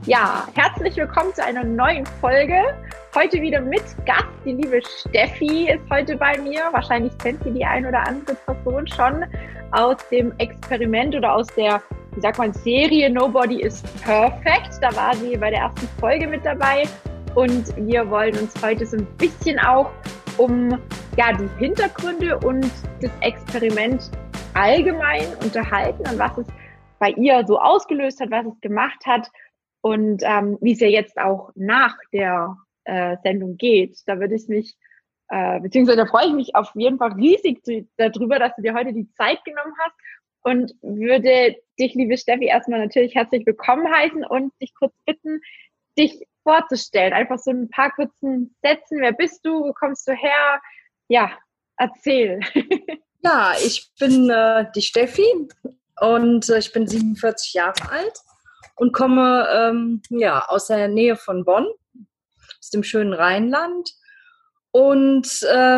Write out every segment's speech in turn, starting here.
Ja, herzlich willkommen zu einer neuen Folge. Heute wieder mit Gast. Die liebe Steffi ist heute bei mir. Wahrscheinlich kennt sie die ein oder andere Person schon aus dem Experiment oder aus der, Serie Nobody is Perfect. Da war sie bei der ersten Folge mit dabei. Und wir wollen uns heute so ein bisschen auch um die Hintergründe und das Experiment allgemein unterhalten und was es bei ihr so ausgelöst hat, was es gemacht hat. Und wie es ja jetzt auch nach der Sendung geht, da würde ich mich, beziehungsweise da freue ich mich auf jeden Fall riesig darüber, dass du dir heute die Zeit genommen hast und würde dich, liebe Steffi, erstmal natürlich herzlich willkommen heißen und dich kurz bitten, dich vorzustellen. Einfach so ein paar kurzen Sätzen. Wer bist du? Wo kommst du her? Ja, erzähl. Ja, ich bin die Steffi und ich bin 47 Jahre alt und komme aus der Nähe von Bonn, aus dem schönen Rheinland. Und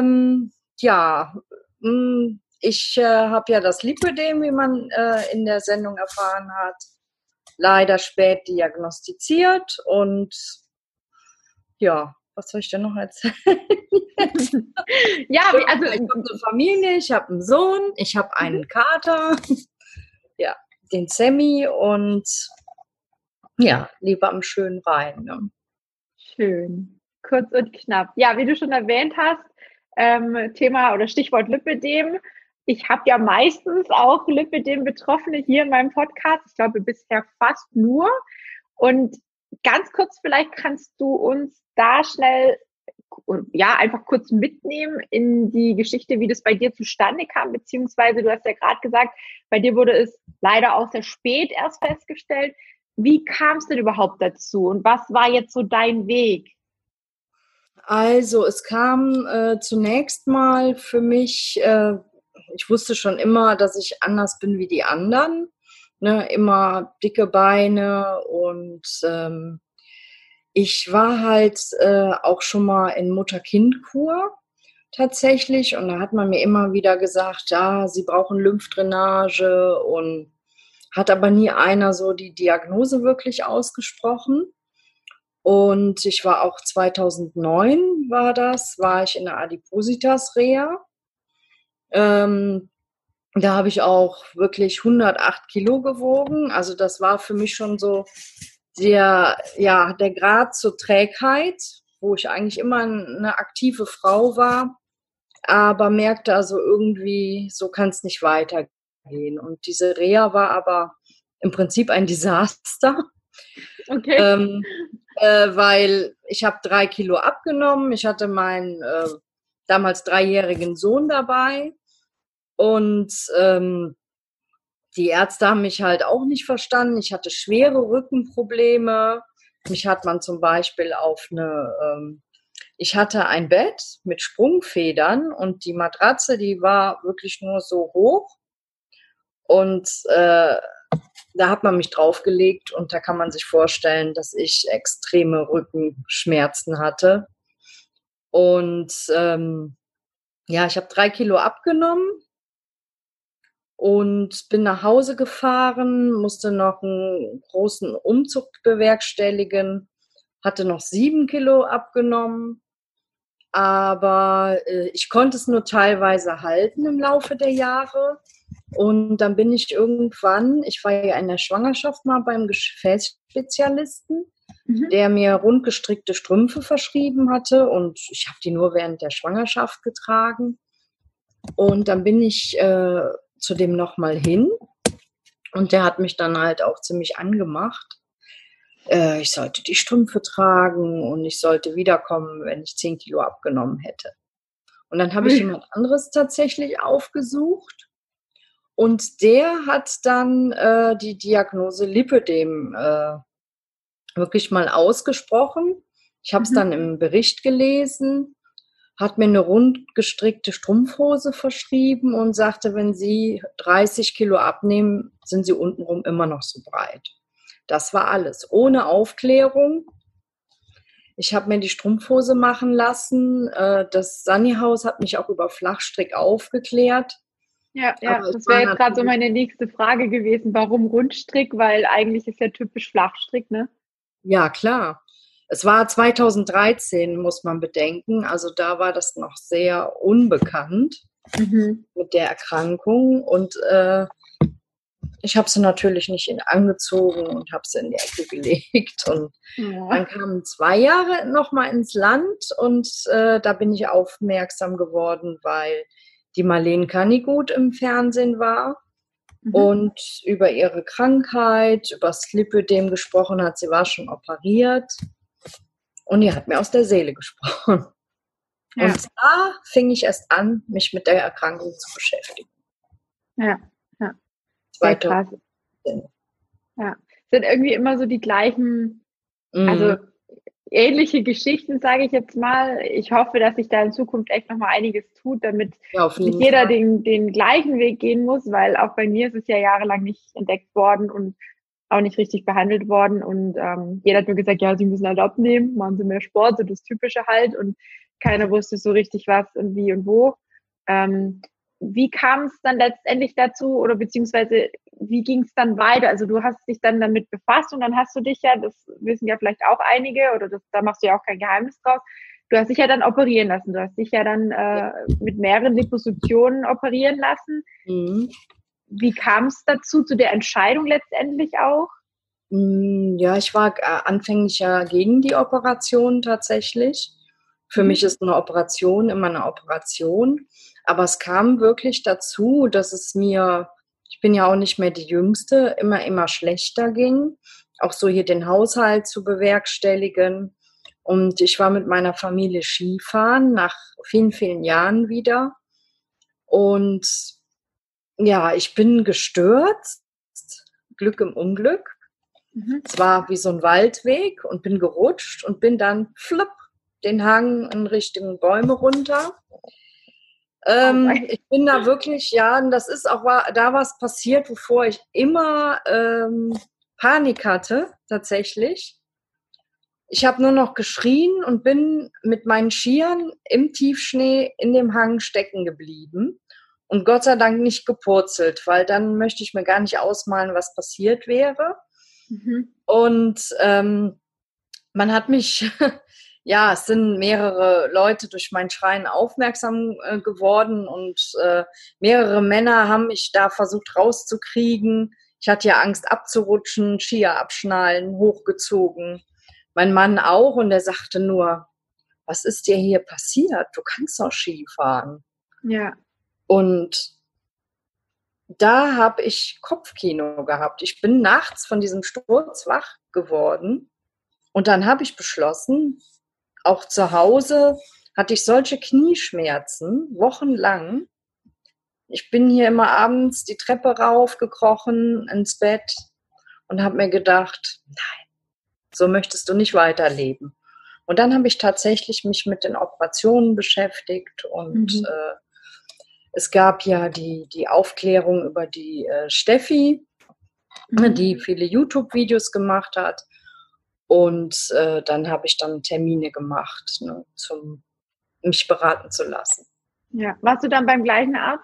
ich habe ja das Lipödem, wie man in der Sendung erfahren hat, leider spät diagnostiziert. Und ja, was soll ich denn noch erzählen? Ja, ich habe eine Familie, ich habe einen Sohn, ich habe einen Kater, ja, den Sammy und ja, lieber am schönen Rhein. Ne? Schön, kurz und knapp. Ja, wie du schon erwähnt hast, Thema oder Stichwort Lipödem. Ich habe ja meistens auch Lipödem-Betroffene hier in meinem Podcast. Ich glaube bisher fast nur. Und ganz kurz, vielleicht kannst du uns da schnell, einfach kurz mitnehmen in die Geschichte, wie das bei dir zustande kam, beziehungsweise du hast ja gerade gesagt, bei dir wurde es leider auch sehr spät erst festgestellt. Wie kam es denn überhaupt dazu und was war jetzt so dein Weg? Also es kam zunächst mal für mich, ich wusste schon immer, dass ich anders bin wie die anderen, ne? Immer dicke Beine und ich war halt auch schon mal in Mutter-Kind-Kur tatsächlich und da hat man mir immer wieder gesagt, ja, sie brauchen Lymphdrainage und hat aber nie einer so die Diagnose wirklich ausgesprochen. Und ich war auch 2009 war ich in der Adipositas-Reha. Da habe ich auch wirklich 108 Kilo gewogen. Also das war für mich schon so der Grad zur Trägheit, wo ich eigentlich immer eine aktive Frau war, aber merkte also irgendwie, so kann es nicht weitergehen. Und diese Reha war aber im Prinzip ein Desaster. Okay. Weil ich habe 3 Kilo abgenommen. Ich hatte meinen damals 3-jährigen Sohn dabei und die Ärzte haben mich halt auch nicht verstanden. Ich hatte schwere Rückenprobleme. Mich hat man zum Beispiel ich hatte ein Bett mit Sprungfedern und die Matratze, die war wirklich nur so hoch und da hat man mich draufgelegt und da kann man sich vorstellen, dass ich extreme Rückenschmerzen hatte. Und ich habe 3 Kilo abgenommen und bin nach Hause gefahren, musste noch einen großen Umzug bewerkstelligen, hatte noch 7 Kilo abgenommen, aber ich konnte es nur teilweise halten im Laufe der Jahre. Und dann bin ich irgendwann, ich war ja in der Schwangerschaft mal beim Gefäßspezialisten, der mir rundgestrickte Strümpfe verschrieben hatte und ich habe die nur während der Schwangerschaft getragen. Und dann bin ich zu dem nochmal hin und der hat mich dann halt auch ziemlich angemacht. Ich sollte die Strümpfe tragen und ich sollte wiederkommen, wenn ich 10 Kilo abgenommen hätte. Und dann habe ich jemand anderes tatsächlich aufgesucht. Und der hat dann die Diagnose Lipödem wirklich mal ausgesprochen. Ich habe es dann im Bericht gelesen, hat mir eine rundgestrickte Strumpfhose verschrieben und sagte, wenn Sie 30 Kilo abnehmen, sind Sie untenrum immer noch so breit. Das war alles, ohne Aufklärung. Ich habe mir die Strumpfhose machen lassen. Das Sunny-Haus hat mich auch über Flachstrick aufgeklärt. Ja, das wäre jetzt gerade so meine nächste Frage gewesen. Warum Rundstrick? Weil eigentlich ist ja typisch Flachstrick, ne? Ja, klar. Es war 2013, muss man bedenken. Also da war das noch sehr unbekannt mit der Erkrankung. Und ich habe sie natürlich nicht angezogen und habe sie in die Ecke gelegt. Und dann kamen 2 Jahre nochmal ins Land und da bin ich aufmerksam geworden, weil die Marleen Kannigut im Fernsehen war und über ihre Krankheit, über das Lipödem gesprochen hat. Sie war schon operiert und die hat mir aus der Seele gesprochen. Ja. Und da fing ich erst an, mich mit der Erkrankung zu beschäftigen. Ja, ja. Sehr krass. Ja, sind irgendwie immer so die gleichen, also ähnliche Geschichten, sage ich jetzt mal. Ich hoffe, dass sich da in Zukunft echt nochmal einiges tut, damit nicht jeder den gleichen Weg gehen muss, weil auch bei mir ist es ja jahrelang nicht entdeckt worden und auch nicht richtig behandelt worden. Und jeder hat mir gesagt, ja, sie müssen halt abnehmen, machen sie mehr Sport, so das Typische halt. Und keiner wusste so richtig was und wie und wo. Wie kam es dann letztendlich dazu oder beziehungsweise wie ging es dann weiter? Also du hast dich dann damit befasst und dann hast du dich ja, das wissen ja vielleicht auch einige oder da machst du ja auch kein Geheimnis draus, du hast dich ja dann operieren lassen. Du hast dich ja dann mit mehreren Liposuktionen operieren lassen. Wie kam es dazu, zu der Entscheidung letztendlich auch? Ja, ich war anfänglich ja gegen die Operation tatsächlich. Für mich ist eine Operation immer eine Operation. Aber es kam wirklich dazu, dass es mir, ich bin ja auch nicht mehr die Jüngste, immer schlechter ging. Auch so hier den Haushalt zu bewerkstelligen. Und ich war mit meiner Familie Skifahren nach vielen, vielen Jahren wieder. Und ja, ich bin gestürzt, Glück im Unglück. Es war wie so ein Waldweg und bin gerutscht und bin dann flupp den Hang in Richtung Bäume runter. Ich bin da wirklich, ja, und das ist auch da was passiert, wovor ich immer Panik hatte, tatsächlich. Ich habe nur noch geschrien und bin mit meinen Skiern im Tiefschnee in dem Hang stecken geblieben und Gott sei Dank nicht gepurzelt, weil dann möchte ich mir gar nicht ausmalen, was passiert wäre. Und man hat mich, ja, es sind mehrere Leute durch mein Schreien aufmerksam geworden und mehrere Männer haben mich da versucht rauszukriegen. Ich hatte ja Angst abzurutschen, Skier abschnallen, hochgezogen. Mein Mann auch und der sagte nur, was ist dir hier passiert? Du kannst doch Ski fahren. Ja. Und da habe ich Kopfkino gehabt. Ich bin nachts von diesem Sturz wach geworden und dann habe ich beschlossen, auch zu Hause hatte ich solche Knieschmerzen, wochenlang. Ich bin hier immer abends die Treppe raufgekrochen ins Bett und habe mir gedacht, nein, so möchtest du nicht weiterleben. Und dann habe ich tatsächlich mich mit den Operationen beschäftigt und es gab ja die Aufklärung über die Steffi, die viele YouTube-Videos gemacht hat. Und dann habe ich dann Termine gemacht, ne, mich beraten zu lassen. Ja. Warst du dann beim gleichen Arzt?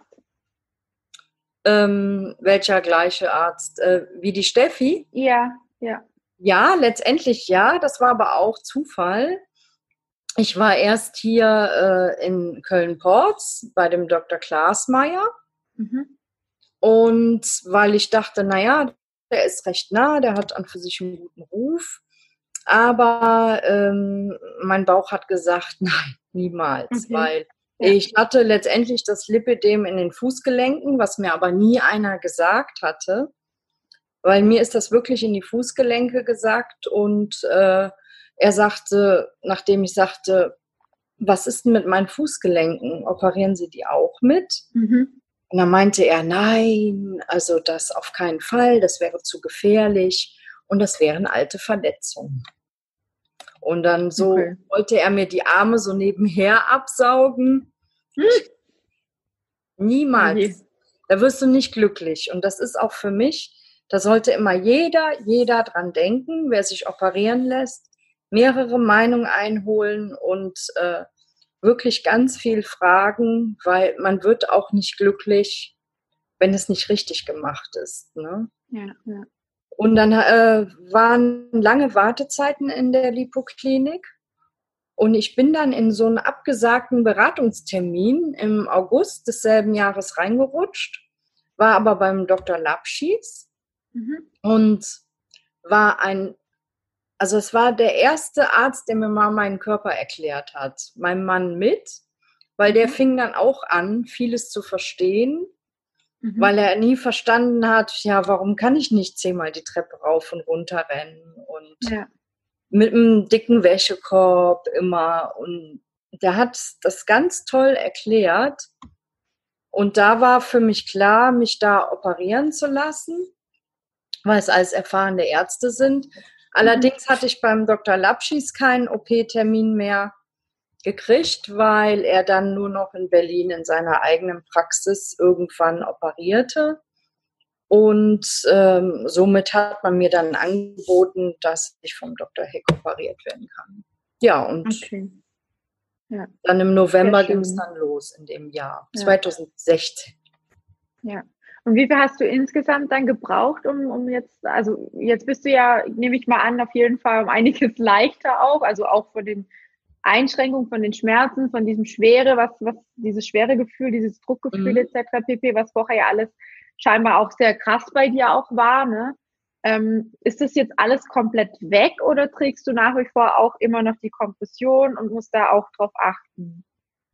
Welcher gleiche Arzt? Wie die Steffi? Ja, ja. Ja, letztendlich ja. Das war aber auch Zufall. Ich war erst hier in Köln-Porz bei dem Dr. Klaasmeier. Und weil ich dachte, naja, der ist recht nah, der hat an für sich einen guten Ruf. Aber mein Bauch hat gesagt, nein, niemals, weil ich hatte letztendlich das Lipödem in den Fußgelenken, was mir aber nie einer gesagt hatte, weil mir ist das wirklich in die Fußgelenke gesagt und er sagte, nachdem ich sagte, was ist denn mit meinen Fußgelenken? Operieren Sie die auch mit? Und dann meinte er, nein, also das auf keinen Fall, das wäre zu gefährlich und das wären alte Verletzungen. Und dann so wollte er mir die Arme so nebenher absaugen. Niemals. Da wirst du nicht glücklich. Und das ist auch für mich, da sollte immer jeder dran denken, wer sich operieren lässt, mehrere Meinungen einholen und wirklich ganz viel fragen, weil man wird auch nicht glücklich, wenn es nicht richtig gemacht ist. Ne? Ja. Und dann waren lange Wartezeiten in der Lipoklinik. Und ich bin dann in so einen abgesagten Beratungstermin im August desselben Jahres reingerutscht, war aber beim Dr. Lapschis und war also es war der erste Arzt, der mir mal meinen Körper erklärt hat. Mein Mann mit, weil der fing dann auch an, vieles zu verstehen, weil er nie verstanden hat, ja, warum kann ich nicht 10-mal die Treppe rauf und runter rennen und mit einem dicken Wäschekorb immer. Und der hat das ganz toll erklärt. Und da war für mich klar, mich da operieren zu lassen, weil es alles erfahrene Ärzte sind. Allerdings hatte ich beim Dr. Lapschis keinen OP-Termin mehr gekriegt, weil er dann nur noch in Berlin in seiner eigenen Praxis irgendwann operierte. Und somit hat man mir dann angeboten, dass ich vom Dr. Heck operiert werden kann. Ja, und dann im November ging es dann los in dem Jahr, 2016. Ja. Und wie viel hast du insgesamt dann gebraucht, um jetzt, also jetzt bist du ja, nehme ich mal an, auf jeden Fall um einiges leichter auch, also auch von den Einschränkungen, von den Schmerzen, von diesem Schwere, was dieses schwere Gefühl, dieses Druckgefühl etc. pp., was vorher ja alles scheinbar auch sehr krass bei dir auch war, ne? Ist das jetzt alles komplett weg oder trägst du nach wie vor auch immer noch die Kompression und musst da auch drauf achten?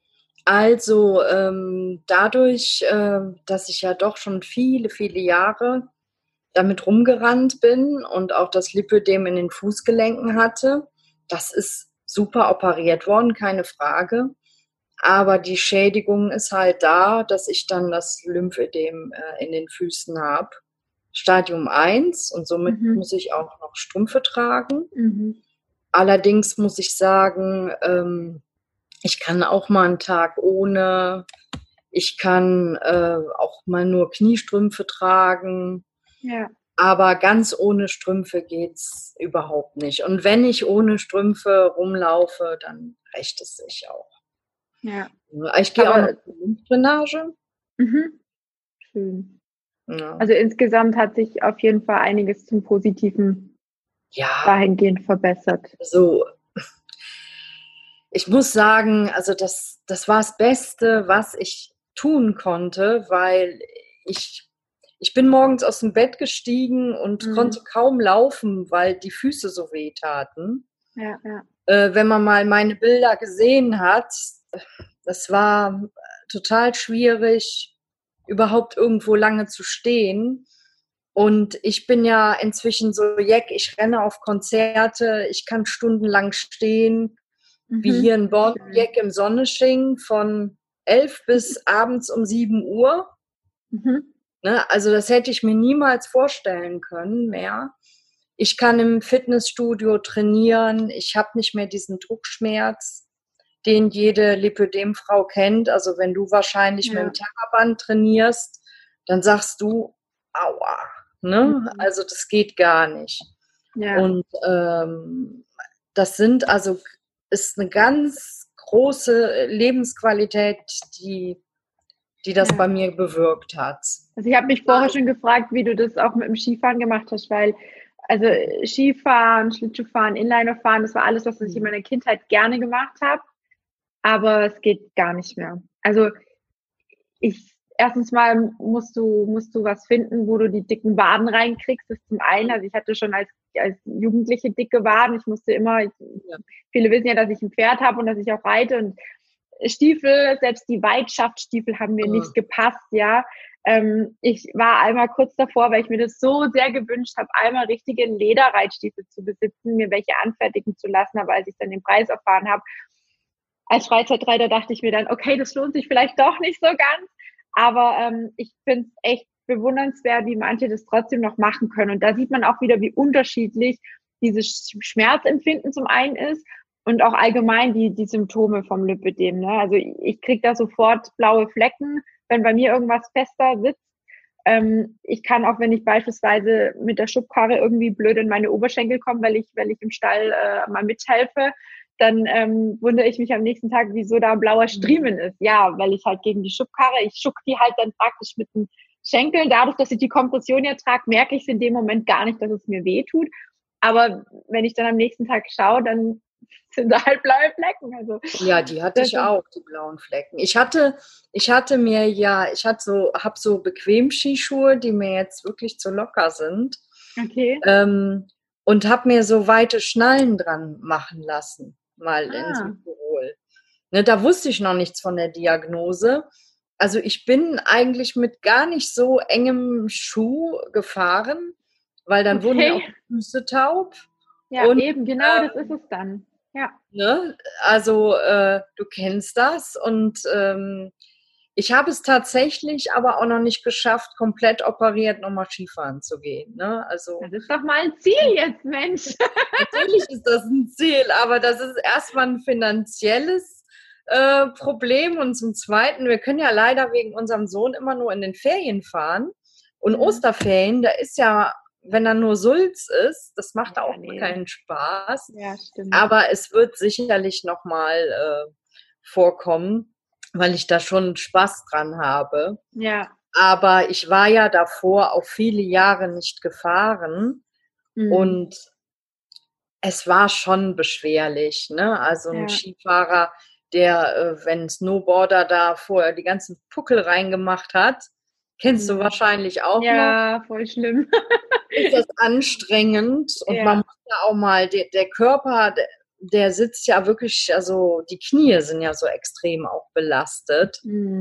Also dadurch, dass ich ja doch schon viele, viele Jahre damit rumgerannt bin und auch das Lipödem in den Fußgelenken hatte, das ist super operiert worden, keine Frage. Aber die Schädigung ist halt da, dass ich dann das Lymphödem in den Füßen habe. Stadium 1 und somit muss ich auch noch Strümpfe tragen. Allerdings muss ich sagen, ich kann auch mal einen Tag ohne, ich kann auch mal nur Kniestrümpfe tragen. Ja. Aber ganz ohne Strümpfe geht's überhaupt nicht. Und wenn ich ohne Strümpfe rumlaufe, dann rächt es sich auch. Ja. Ich gehe auch noch zur Lymphdrainage. Schön. Ja. Also insgesamt hat sich auf jeden Fall einiges zum Positiven dahingehend verbessert. So, ich muss sagen, also das war das Beste, was ich tun konnte, weil ich bin morgens aus dem Bett gestiegen und konnte kaum laufen, weil die Füße so weh taten. Ja, ja. Wenn man mal meine Bilder gesehen hat, das war total schwierig, überhaupt irgendwo lange zu stehen. Und ich bin ja inzwischen so ich renne auf Konzerte, ich kann stundenlang stehen, wie hier in Bonn, im Sonnesching von 11 bis abends um 7 Uhr. Ne, also das hätte ich mir niemals vorstellen können mehr. Ich kann im Fitnessstudio trainieren, ich habe nicht mehr diesen Druckschmerz, den jede Lipödemfrau kennt. Also wenn du wahrscheinlich mit dem Terraband trainierst, dann sagst du, aua, ne? Also das geht gar nicht. Ja. Und das ist eine ganz große Lebensqualität, die das bei mir bewirkt hat. Also ich habe mich vorher schon gefragt, wie du das auch mit dem Skifahren gemacht hast, weil also Skifahren, Schlittschuhfahren, Inlinerfahren, das war alles, was ich in meiner Kindheit gerne gemacht habe, aber es geht gar nicht mehr. Also erstens mal musst du was finden, wo du die dicken Waden reinkriegst, das ist zum einen. Also ich hatte schon als Jugendliche dicke Waden, ich musste immer, viele wissen ja, dass ich ein Pferd habe und dass ich auch reite und Stiefel, selbst die Weitschaftsstiefel haben mir nicht gepasst, ja. Ich war einmal kurz davor, weil ich mir das so sehr gewünscht habe, einmal richtige Lederreitstiefel zu besitzen, mir welche anfertigen zu lassen, aber als ich dann den Preis erfahren habe, als Freizeitreiter dachte ich mir dann, okay, das lohnt sich vielleicht doch nicht so ganz, aber ich finde es echt bewundernswert, wie manche das trotzdem noch machen können und da sieht man auch wieder, wie unterschiedlich dieses Schmerzempfinden zum einen ist und auch allgemein die Symptome vom Lipödem. Ne? Also ich kriege da sofort blaue Flecken, wenn bei mir irgendwas fester sitzt. Ich kann auch, wenn ich beispielsweise mit der Schubkarre irgendwie blöd in meine Oberschenkel komme, weil ich im Stall mal mithelfe, dann wundere ich mich am nächsten Tag, wieso da ein blauer Striemen ist. Ja, weil ich halt gegen die Schubkarre, ich schuck die halt dann praktisch mit dem Schenkeln, dadurch, dass ich die Kompression ja trage, merke ich es in dem Moment gar nicht, dass es mir weh tut. Aber wenn ich dann am nächsten Tag schaue, dann sind da halt blaue Flecken. Also, Ja, die hatte ich auch, die blauen Flecken. Ich habe so Bequem-Skischuhe, die mir jetzt wirklich zu locker sind. okay. Und habe mir so weite Schnallen dran machen lassen, mal in Südtirol. Ne, da wusste ich noch nichts von der Diagnose. Also ich bin eigentlich mit gar nicht so engem Schuh gefahren, weil dann wurden mir auch die Füße taub. Ja, und, eben, genau, das ist es dann. Ja. Ne? Also du kennst das und ich habe es tatsächlich aber auch noch nicht geschafft, komplett operiert nochmal Skifahren zu gehen. Ne? Also, das ist doch mal ein Ziel jetzt, Mensch. Natürlich ist das ein Ziel, aber das ist erstmal ein finanzielles Problem. Und zum Zweiten, wir können ja leider wegen unserem Sohn immer nur in den Ferien fahren. Und Osterferien, da ist ja, wenn da nur Sulz ist, das macht auch keinen Spaß. Ja, stimmt. Aber es wird sicherlich nochmal vorkommen, weil ich da schon Spaß dran habe. Ja. Aber ich war ja davor auch viele Jahre nicht gefahren und es war schon beschwerlich, ne? Also ein Skifahrer, der, wenn ein Snowboarder da vorher die ganzen Puckel reingemacht hat, kennst du wahrscheinlich auch noch. Ja, voll schlimm. Ist das anstrengend und man muss ja auch mal, der Körper, der sitzt ja wirklich, also die Knie sind ja so extrem auch belastet.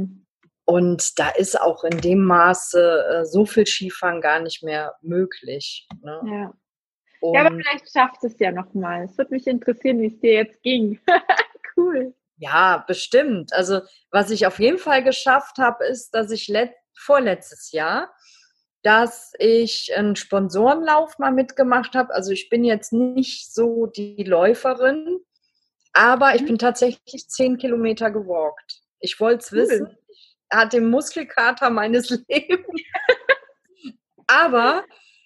Und da ist auch in dem Maße so viel Skifahren gar nicht mehr möglich. Ne? Ja. Ja, aber vielleicht schafft es ja nochmal. Es würde mich interessieren, wie es dir jetzt ging. Cool. Ja, bestimmt. Also was ich auf jeden Fall geschafft habe, ist, dass ich vorletztes Jahr, dass ich einen Sponsorenlauf mal mitgemacht habe. Also ich bin jetzt nicht so die Läuferin, aber ich bin tatsächlich 10 Kilometer gewalkt. Ich wollte es wissen. Ich hatte den Muskelkater meines Lebens. Aber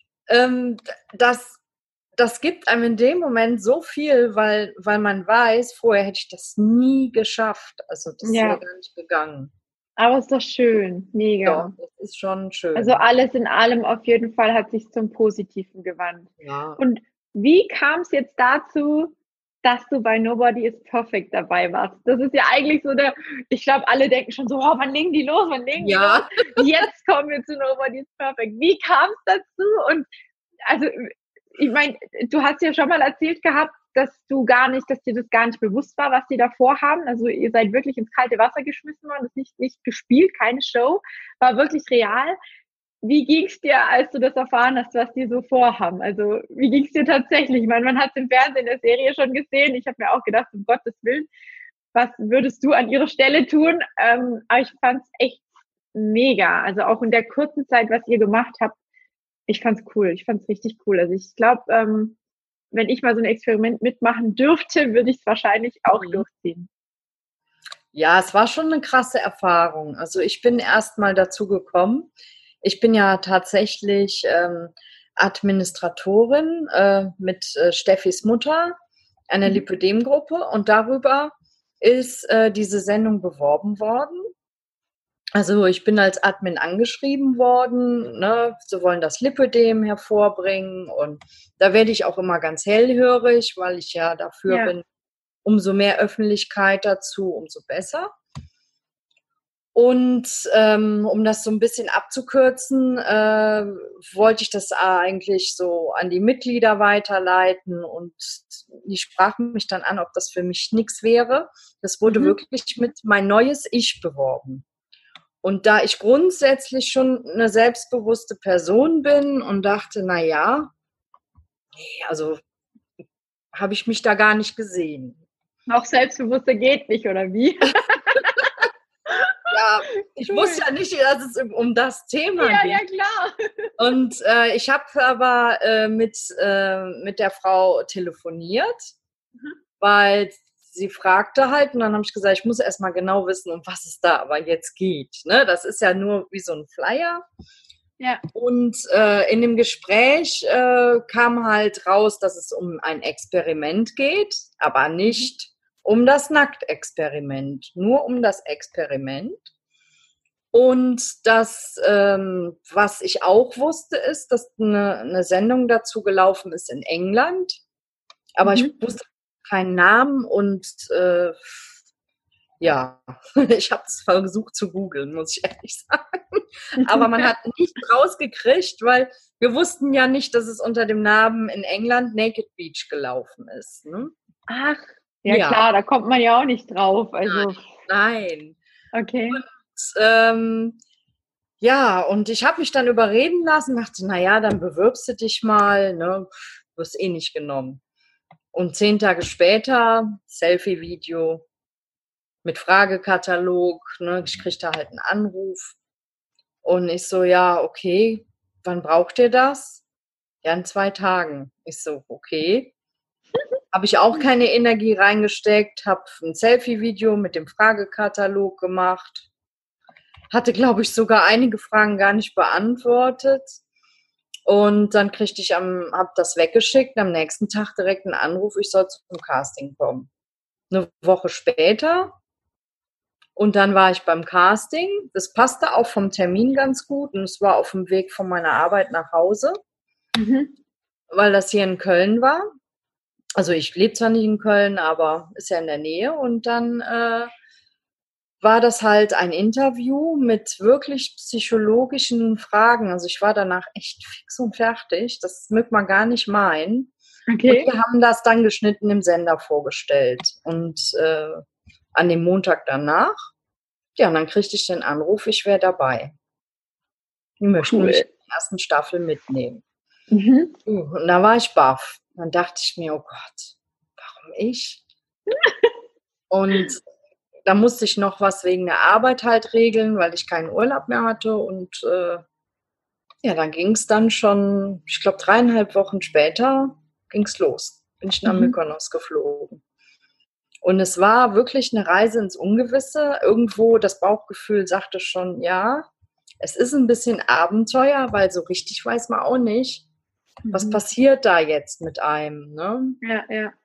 das gibt einem in dem Moment so viel, weil man weiß, vorher hätte ich das nie geschafft. Also das wäre gar nicht gegangen. Aber es ist doch schön, mega. Doch, das ist schon schön. Also alles in allem auf jeden Fall hat sich zum Positiven gewandt. Ja. Und wie kam es jetzt dazu, dass du bei Nobody is Perfect dabei warst? Das ist ja eigentlich so ich glaube, alle denken schon so, oh, wann legen die los, los? Jetzt kommen wir zu Nobody is Perfect. Wie kam es dazu? Und also, ich meine, du hast ja schon mal erzählt gehabt, dass dir das gar nicht bewusst war, was die da vorhaben. Also ihr seid wirklich ins kalte Wasser geschmissen worden, das ist nicht gespielt, keine Show, war wirklich real. Wie ging es dir, als du das erfahren hast, was die so vorhaben? Also wie ging es dir tatsächlich? Ich meine, man hat es im Fernsehen in der Serie schon gesehen. Ich habe mir auch gedacht, um Gottes Willen, was würdest du an ihrer Stelle tun? Aber ich fand es echt mega. Also auch in der kurzen Zeit, was ihr gemacht habt, ich fand's cool. Ich fand's richtig cool. Also ich glaube, wenn ich mal so ein Experiment mitmachen dürfte, würde ich es wahrscheinlich auch durchziehen. Ja, es war schon eine krasse Erfahrung. Also ich bin erst mal dazu gekommen. Ich bin ja tatsächlich Administratorin mit Steffis Mutter einer Lipödem-Gruppe und darüber ist diese Sendung beworben worden. Also ich bin als Admin angeschrieben worden, ne? Sie wollen das Lipödem hervorbringen und da werde ich auch immer ganz hellhörig, weil ich ja dafür bin, umso mehr Öffentlichkeit dazu, umso besser. Und um das so ein bisschen abzukürzen, wollte ich das eigentlich so an die Mitglieder weiterleiten und die sprachen mich dann an, ob das für mich nichts wäre. Das wurde wirklich mit mein neues Ich beworben. Und da ich grundsätzlich schon eine selbstbewusste Person bin und dachte, na ja, also habe ich mich da gar nicht gesehen. Noch selbstbewusster geht nicht, oder wie? Ja, ich wusste ja nicht, dass es um das Thema geht. Ja, klar. Und ich habe aber mit der Frau telefoniert, weil sie fragte halt und dann habe ich gesagt, ich muss erst mal genau wissen, um was es da aber jetzt geht. Ne? Das ist ja nur wie so ein Flyer. Ja. Und in dem Gespräch kam halt raus, dass es um ein Experiment geht, aber nicht um das Nacktexperiment, nur um das Experiment. Und das, was ich auch wusste, ist, dass eine Sendung dazu gelaufen ist in England, aber ich wusste keinen Namen und ja, ich habe es versucht zu googeln, muss ich ehrlich sagen. Aber man hat nichts rausgekriegt, weil wir wussten ja nicht, dass es unter dem Namen in England Naked Beach gelaufen ist. Ne? Ach, ja klar, da kommt man ja auch nicht drauf. Also, Nein. okay. Und, ja, und ich habe mich dann überreden lassen, dachte, naja, dann bewirbst du dich mal, ne? Wirst eh nicht genommen. Und 10 Tage später, Selfie-Video mit Fragekatalog, ne? Ich krieg da halt einen Anruf. Und ich so, ja, okay, wann braucht ihr das? Ja, in 2 Tagen. Ich so, okay. Habe ich auch keine Energie reingesteckt, habe ein Selfie-Video mit dem Fragekatalog gemacht. Hatte, glaube ich, sogar einige Fragen gar nicht beantwortet. Und dann habe das weggeschickt, am nächsten Tag direkt einen Anruf, ich soll zum Casting kommen. Eine Woche später. Und dann war ich beim Casting. Das passte auch vom Termin ganz gut. Und es war auf dem Weg von meiner Arbeit nach Hause, weil das hier in Köln war. Also ich lebe zwar nicht in Köln, aber ist ja in der Nähe. Und dann war das halt ein Interview mit wirklich psychologischen Fragen. Also ich war danach echt fix und fertig. Das mögt man gar nicht meinen. Okay. Und die haben das dann geschnitten im Sender vorgestellt. Und an dem Montag danach, ja, und dann kriegte ich den Anruf, ich wäre dabei. Die möchten mich in der ersten Staffel mitnehmen. Und da war ich baff. Dann dachte ich mir, oh Gott, warum ich? Und da musste ich noch was wegen der Arbeit halt regeln, weil ich keinen Urlaub mehr hatte. Und ja, dann ging es dann schon, ich glaube 3,5 Wochen später ging es los. Bin ich nach Mykonos geflogen. Und es war wirklich eine Reise ins Ungewisse. Irgendwo das Bauchgefühl sagte schon, ja, es ist ein bisschen Abenteuer, weil so richtig weiß man auch nicht, was passiert da jetzt mit einem. Ne? Ja, ja.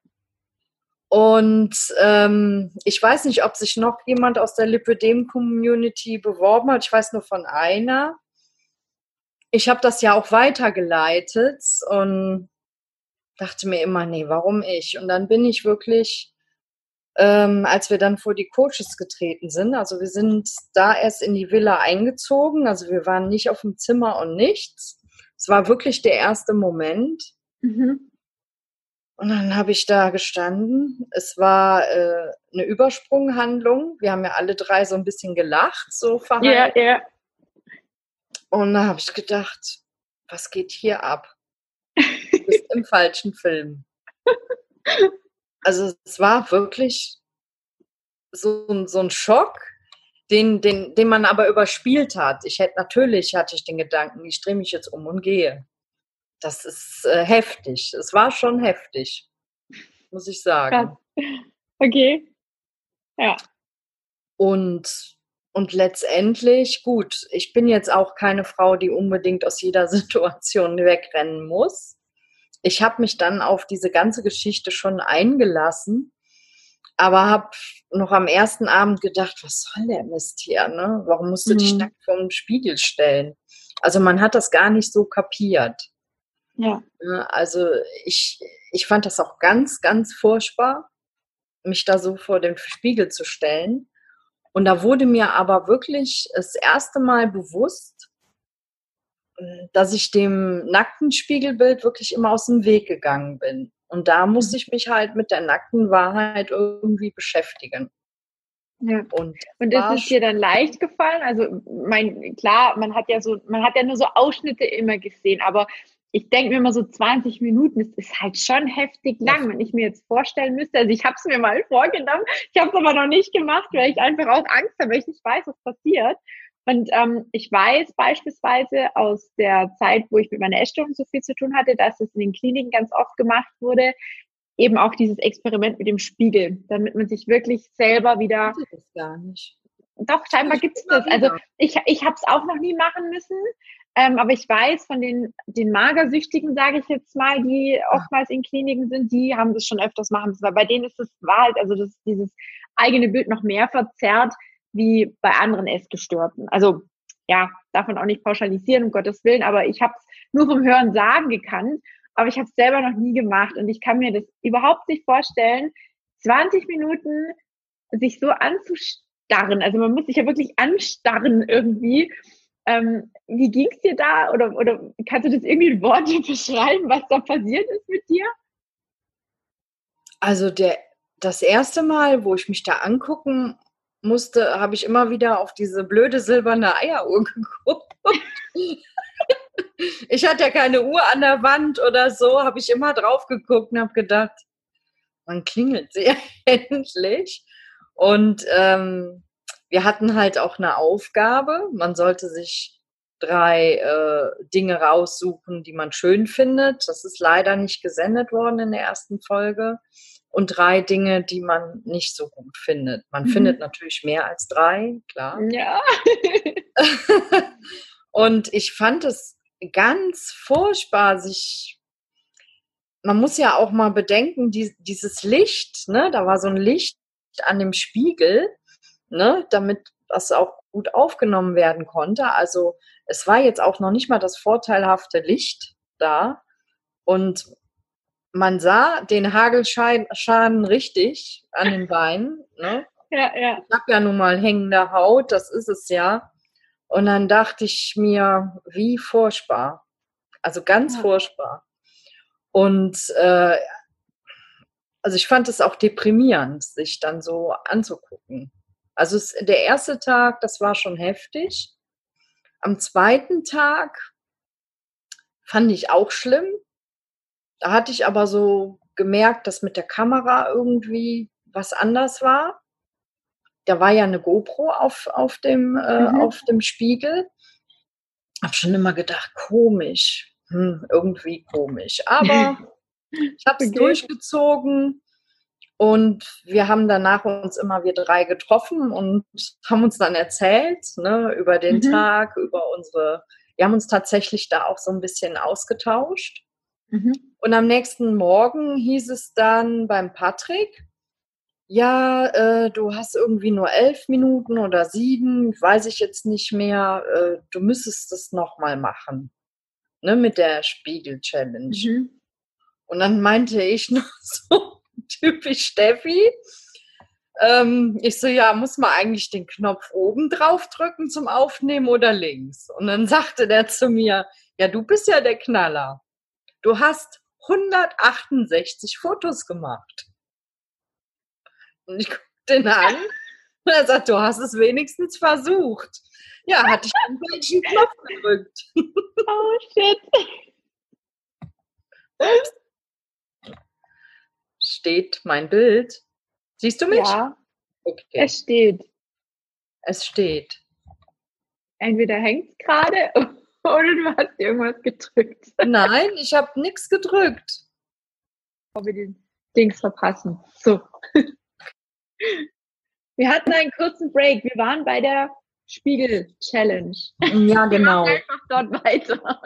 Und ich weiß nicht, ob sich noch jemand aus der Lipödem-Community beworben hat. Ich weiß nur von einer. Ich habe das ja auch weitergeleitet und dachte mir immer, nee, warum ich? Und dann bin ich wirklich, als wir dann vor die Coaches getreten sind, also wir sind da erst in die Villa eingezogen, also wir waren nicht auf dem Zimmer und nichts. Es war wirklich der erste Moment. Und dann habe ich da gestanden. Es war eine Übersprunghandlung. Wir haben ja alle 3 so ein bisschen gelacht, so verhalten. Ja. Und da habe ich gedacht, was geht hier ab? Du bist im falschen Film. Also es war wirklich so ein Schock, den man aber überspielt hat. Natürlich hatte ich den Gedanken, ich drehe mich jetzt um und gehe. Das ist heftig. Es war schon heftig, muss ich sagen. Okay. Ja. Und letztendlich, gut, ich bin jetzt auch keine Frau, die unbedingt aus jeder Situation wegrennen muss. Ich habe mich dann auf diese ganze Geschichte schon eingelassen, aber habe noch am ersten Abend gedacht, was soll der Mist hier, ne? Warum musst du dich nackt vor den Spiegel stellen? Also man hat das gar nicht so kapiert. Ja. Also ich fand das auch ganz, ganz furchtbar, mich da so vor den Spiegel zu stellen. Und da wurde mir aber wirklich das erste Mal bewusst, dass ich dem nackten Spiegelbild wirklich immer aus dem Weg gegangen bin. Und da musste ich mich halt mit der nackten Wahrheit irgendwie beschäftigen. Ja. Und ist es dir dann leicht gefallen? Also, klar, man hat ja nur so Ausschnitte immer gesehen, aber ich denke mir immer so 20 Minuten, das ist halt schon heftig lang, wenn ich mir jetzt vorstellen müsste. Also ich habe es mir mal vorgenommen, ich habe es aber noch nicht gemacht, weil ich einfach auch Angst habe, weil ich nicht weiß, was passiert. Und ich weiß beispielsweise aus der Zeit, wo ich mit meiner Essstörung so viel zu tun hatte, dass es in den Kliniken ganz oft gemacht wurde, eben auch dieses Experiment mit dem Spiegel, damit man sich wirklich selber wieder... Ich weiß das gar nicht. Doch, scheinbar gibt es das. Also ich habe es auch noch nie machen müssen, aber ich weiß von den Magersüchtigen, sage ich jetzt mal, die oftmals in Kliniken sind, die haben das schon öfters machen müssen, weil bei denen ist es, war halt, also das, dieses eigene Bild noch mehr verzerrt, wie bei anderen Essgestörten. Also ja, darf man auch nicht pauschalisieren, um Gottes Willen, aber ich habe es nur vom Hören sagen gekannt, aber ich habe es selber noch nie gemacht und ich kann mir das überhaupt nicht vorstellen, 20 Minuten sich so anzustarren. Also man muss sich ja wirklich anstarren irgendwie. Wie ging es dir da? Oder kannst du das irgendwie in Worte beschreiben, was da passiert ist mit dir? Also das erste Mal, wo ich mich da angucken musste, habe ich immer wieder auf diese blöde silberne Eieruhr geguckt. Ich hatte ja keine Uhr an der Wand oder so, habe ich immer drauf geguckt und habe gedacht, wann klingelt sie endlich? Und wir hatten halt auch eine Aufgabe. Man sollte sich 3 Dinge raussuchen, die man schön findet. Das ist leider nicht gesendet worden in der ersten Folge. Und 3 Dinge, die man nicht so gut findet. Man findet natürlich mehr als 3, klar. Ja. Und ich fand es ganz furchtbar, man muss ja auch mal bedenken, dieses Licht, ne, da war so ein Licht an dem Spiegel, ne, damit das auch gut aufgenommen werden konnte. Also es war jetzt auch noch nicht mal das vorteilhafte Licht da. Und man sah den Hagelschaden richtig an den Beinen. Ne? Ja, ja. Ich habe ja nun mal hängende Haut, das ist es ja. Und dann dachte ich mir, wie furchtbar. Also ganz furchtbar. Und also ich fand es auch deprimierend, sich dann so anzugucken. Also der erste Tag, das war schon heftig. Am zweiten Tag fand ich auch schlimm. Da hatte ich aber so gemerkt, dass mit der Kamera irgendwie was anders war. Da war ja eine GoPro auf dem Spiegel. Hab schon immer gedacht, komisch, irgendwie komisch. Aber ich habe es durchgezogen und wir haben danach wir 3 getroffen und haben uns dann erzählt, ne, über den Tag, wir haben uns tatsächlich da auch so ein bisschen ausgetauscht. Und am nächsten Morgen hieß es dann beim Patrick, ja, du hast irgendwie nur 11 Minuten oder 7, weiß ich jetzt nicht mehr, du müsstest das nochmal machen, ne, mit der Spiegel-Challenge. Und dann meinte ich noch so, typisch Steffi, ich so, ja, muss man eigentlich den Knopf oben drauf drücken zum Aufnehmen oder links? Und dann sagte der zu mir, ja, du bist ja der Knaller. Du hast 168 Fotos gemacht. Und ich guckte den an und er sagt, du hast es wenigstens versucht. Ja, hatte ich den falschen Knopf gedrückt. Oh, shit. Ups. Steht mein Bild. Siehst du mich? Ja, okay. Es steht. Es steht. Entweder hängt es gerade oder du hast irgendwas gedrückt. Nein, ich habe nichts gedrückt. Ob wir den Dings verpassen. So. Wir hatten einen kurzen Break. Wir waren bei der Spiegel-Challenge. Ja, genau. Wir machen einfach dort weiter.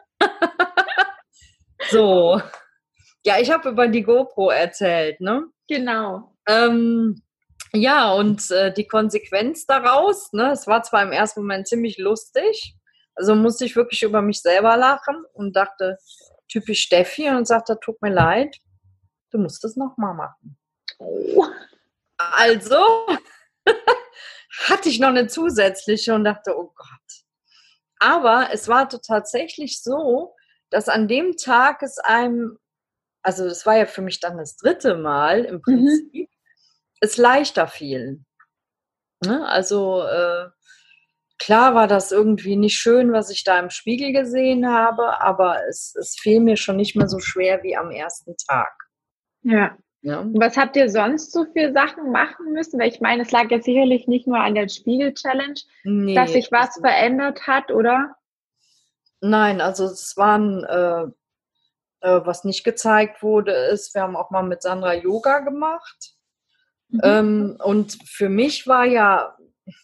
So. Ja, ich habe über die GoPro erzählt, ne? Genau. Ja, und die Konsequenz daraus, ne, es war zwar im ersten Moment ziemlich lustig, also musste ich wirklich über mich selber lachen und dachte, typisch Steffi, und sagte, tut mir leid, du musst es nochmal machen. Oh. Also hatte ich noch eine zusätzliche und dachte, oh Gott. Aber es war tatsächlich so, dass an dem Tag also das war ja für mich dann das 3. Mal im Prinzip, es leichter fiel. Ne? Also klar war das irgendwie nicht schön, was ich da im Spiegel gesehen habe, aber es fiel mir schon nicht mehr so schwer wie am ersten Tag. Ja. Und was habt ihr sonst so für Sachen machen müssen? Weil ich meine, es lag jetzt sicherlich nicht nur an der Spiegel-Challenge, dass sich was verändert hat, oder? Nein, also es waren, was nicht gezeigt wurde, ist, wir haben auch mal mit Sandra Yoga gemacht. Und für mich war ja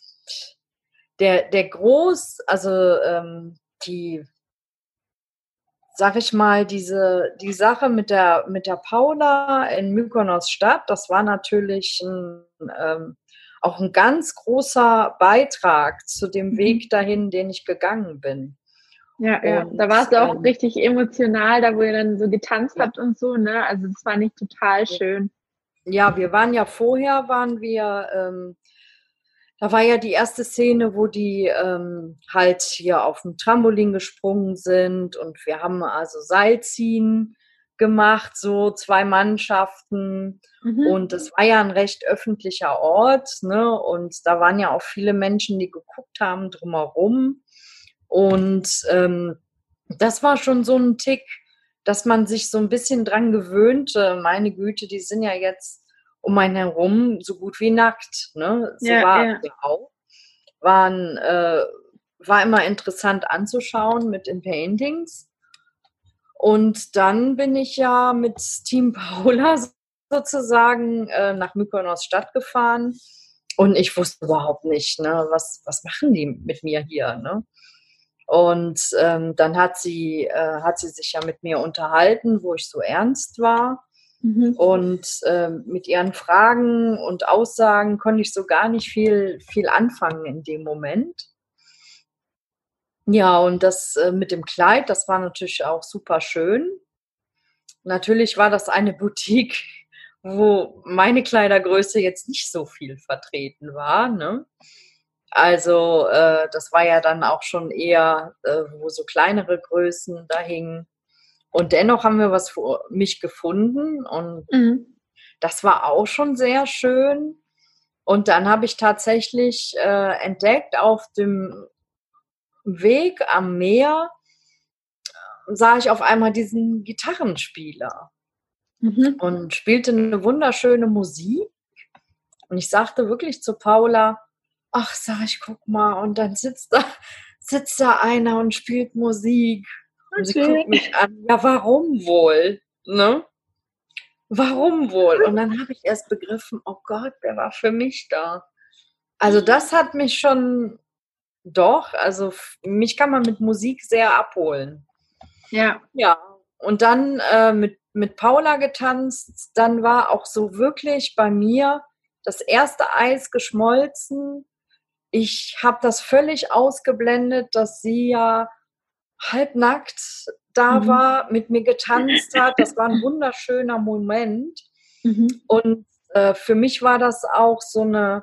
sag ich mal, die Sache mit der Paula in Mykonos Stadt, das war natürlich auch ein ganz großer Beitrag zu dem Weg dahin, den ich gegangen bin. Ja, ja. Und, Da warst du auch richtig emotional, da wo ihr dann so getanzt ja. habt und so, ne? Also das fand ich total schön. Ja, wir waren ja vorher, da war ja die erste Szene, wo die halt hier auf dem Trampolin gesprungen sind und wir haben also Seilziehen gemacht, so 2 Mannschaften. Und es war ja ein recht öffentlicher Ort, ne? Und da waren ja auch viele Menschen, die geguckt haben drumherum. Und das war schon so ein Tick, dass man sich so ein bisschen dran gewöhnte. Meine Güte, die sind ja jetzt um einen herum so gut wie nackt. Ne? So Ja, war ja. es ja auch. War immer interessant anzuschauen mit den Paintings. Und dann bin ich ja mit Team Paula sozusagen nach Mykonos Stadt gefahren. Und ich wusste überhaupt nicht, ne, was machen die mit mir hier, ne? Und dann hat sie sich ja mit mir unterhalten, wo ich so ernst war. Und mit ihren Fragen und Aussagen konnte ich so gar nicht viel anfangen in dem Moment. Ja, und das mit dem Kleid, das war natürlich auch super schön. Natürlich war das eine Boutique, wo meine Kleidergröße jetzt nicht so viel vertreten war, ne? Also das war ja dann auch schon eher, wo so kleinere Größen da hingen. Und dennoch haben wir was für mich gefunden und das war auch schon sehr schön. Und dann habe ich tatsächlich entdeckt, auf dem Weg am Meer sah ich auf einmal diesen Gitarrenspieler und spielte eine wunderschöne Musik. Und ich sagte wirklich zu Paula, ach, sag ich, guck mal, und dann sitzt da einer und spielt Musik. Und sie guckt mich an, ja, warum wohl? Ne? Warum wohl? Und dann habe ich erst begriffen, oh Gott, der war für mich da. Also das hat mich schon, doch, also mich kann man mit Musik sehr abholen. Ja. Ja, und dann mit Paula getanzt, dann war auch so wirklich bei mir das erste Eis geschmolzen. Ich habe das völlig ausgeblendet, dass sie ja halbnackt da war, mit mir getanzt hat. Das war ein wunderschöner Moment. Und für mich war das auch so eine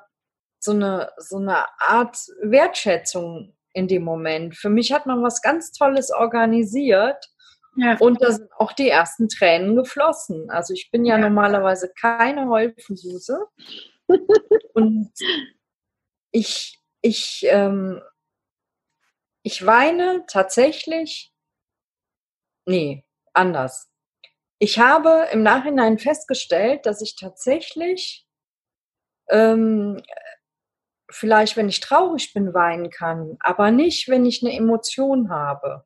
Art Wertschätzung in dem Moment. Für mich hat man was ganz Tolles organisiert. Ja. Und da sind auch die ersten Tränen geflossen. Also ich bin ja normalerweise keine Heulsuse. Und ich weine tatsächlich, nee, anders. Ich habe im Nachhinein festgestellt, dass ich tatsächlich vielleicht, wenn ich traurig bin, weinen kann, aber nicht, wenn ich eine Emotion habe.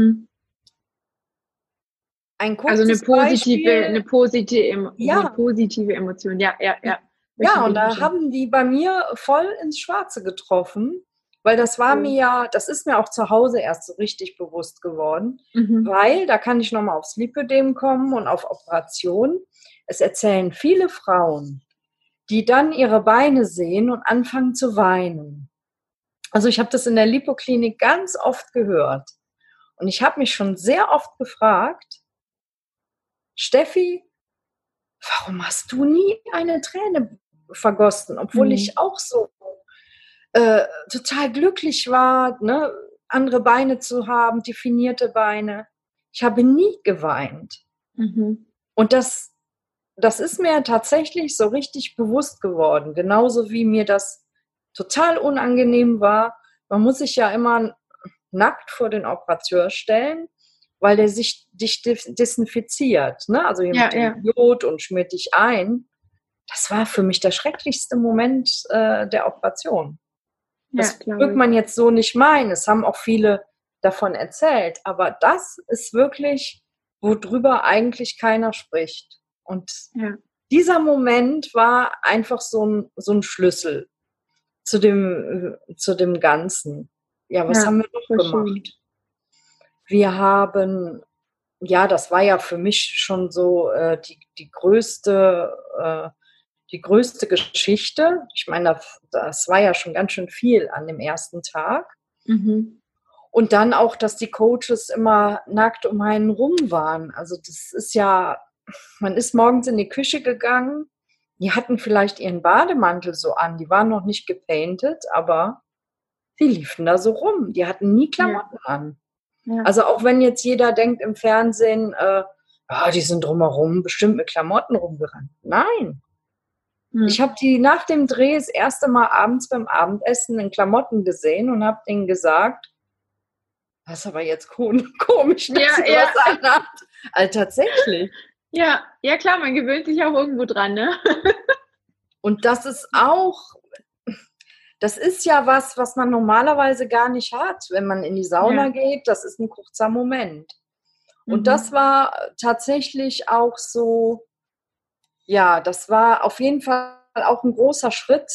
Ein Also eine kurzes Beispiel. positive Emotion. Ja. Ja, und da haben die bei mir voll ins Schwarze getroffen, weil das war mir ja, das ist mir auch zu Hause erst so richtig bewusst geworden, weil, da kann ich nochmal aufs Lipödem kommen und auf Operationen. Es erzählen viele Frauen, die dann ihre Beine sehen und anfangen zu weinen. Also ich habe das in der Lipoklinik ganz oft gehört. Und ich habe mich schon sehr oft gefragt, Steffi, warum hast du nie eine Träne vergossen, obwohl ich auch so total glücklich war, ne, andere Beine zu haben, definierte Beine. Ich habe nie geweint. Und das ist mir tatsächlich so richtig bewusst geworden, genauso wie mir das total unangenehm war. Man muss sich ja immer nackt vor den Operateur stellen, weil der dich desinfiziert, ne? Also hier mit dem Jod und schmiert dich ein. Das war für mich der schrecklichste Moment der Operation. Das wird man jetzt so nicht meinen. Es haben auch viele davon erzählt. Aber das ist wirklich, worüber eigentlich keiner spricht. Und dieser Moment war einfach so ein Schlüssel zu dem Ganzen. Ja, was haben wir noch gemacht? Schön. Wir haben, ja, das war ja für mich schon so die größte die größte Geschichte. Ich meine, das war ja schon ganz schön viel an dem ersten Tag. Mhm. Und dann auch, dass die Coaches immer nackt um einen rum waren. Also das ist ja, man ist morgens in die Küche gegangen, die hatten vielleicht ihren Bademantel so an, die waren noch nicht gepainted, aber die liefen da so rum. Die hatten nie Klamotten an. Ja. Also auch wenn jetzt jeder denkt im Fernsehen, die sind drumherum bestimmt mit Klamotten rumgerannt. Nein. Ich habe die nach dem Dreh das erste Mal abends beim Abendessen in Klamotten gesehen und habe denen gesagt, das ist aber jetzt komisch, dass sie was anhat. Also tatsächlich. Ja, klar, man gewöhnt sich auch irgendwo dran, ne? Und das ist ja was man normalerweise gar nicht hat, wenn man in die Sauna geht. Das ist ein kurzer Moment. Und das war tatsächlich auch so, ja, das war auf jeden Fall auch ein großer Schritt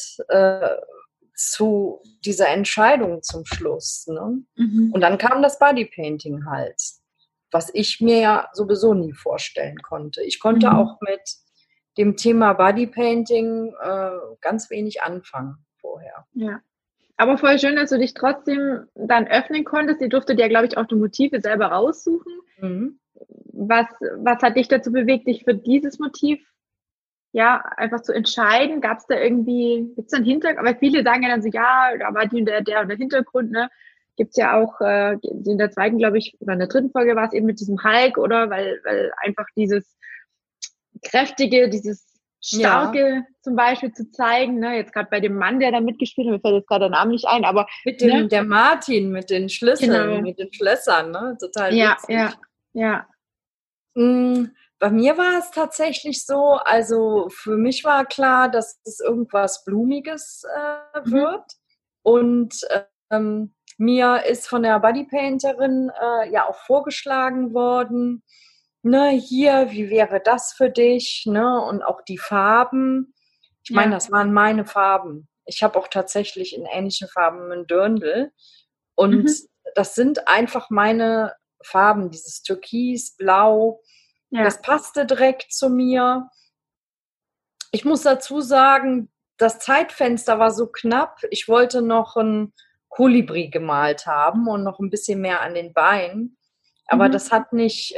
zu dieser Entscheidung zum Schluss. Ne? Und dann kam das Bodypainting halt, was ich mir ja sowieso nie vorstellen konnte. Ich konnte auch mit dem Thema Bodypainting ganz wenig anfangen vorher. Ja. Aber voll schön, dass du dich trotzdem dann öffnen konntest. Ihr durftet ja, glaube ich, auch die Motive selber raussuchen. Mhm. Was hat dich dazu bewegt, dich für dieses Motiv einfach zu entscheiden? Gab es da irgendwie, gibt es einen Hintergrund? Aber viele sagen ja dann so, ja, da war der Hintergrund, ne? Gibt es ja auch in der zweiten, glaube ich, oder in der dritten Folge war es eben mit diesem Hulk, oder? Weil einfach dieses kräftige, dieses starke zum Beispiel zu zeigen, ne? Jetzt gerade bei dem Mann, der da mitgespielt hat, mir fällt jetzt gerade der Name nicht ein, aber mit dem der Martin mit den Schlüsseln, mit den Schlössern, ne? Total witzig. Ja. Bei mir war es tatsächlich so, also für mich war klar, dass es irgendwas Blumiges wird. Und mir ist von der Bodypainterin auch vorgeschlagen worden, ne, hier, wie wäre das für dich? Ne? Und auch die Farben. Ich meine, das waren meine Farben. Ich habe auch tatsächlich in ähnlichen Farben ein Dirndl. Und das sind einfach meine Farben, dieses Türkis, Blau. Ja. Das passte direkt zu mir. Ich muss dazu sagen, das Zeitfenster war so knapp. Ich wollte noch ein Kolibri gemalt haben und noch ein bisschen mehr an den Beinen. Aber das hat nicht,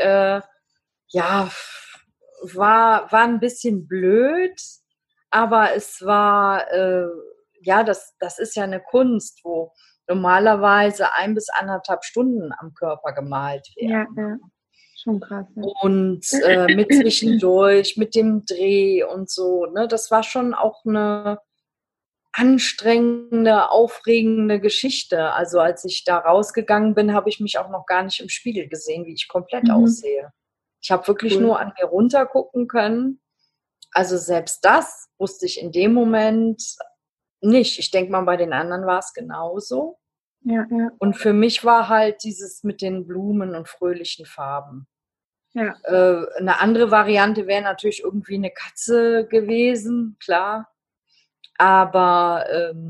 war ein bisschen blöd. Aber es war, das ist ja eine Kunst, wo normalerweise 1 bis 1,5 Stunden am Körper gemalt werden. Ja. Schon krass. Ja. Und mit zwischendurch, mit dem Dreh und so. Ne? Das war schon auch eine anstrengende, aufregende Geschichte. Also als ich da rausgegangen bin, habe ich mich auch noch gar nicht im Spiegel gesehen, wie ich komplett aussehe. Ich habe wirklich nur an mir runtergucken können. Also selbst das wusste ich in dem Moment nicht. Ich denke mal, bei den anderen war es genauso. Ja. Und für mich war halt dieses mit den Blumen und fröhlichen Farben. Ja. Eine andere Variante wäre natürlich irgendwie eine Katze gewesen, klar. Aber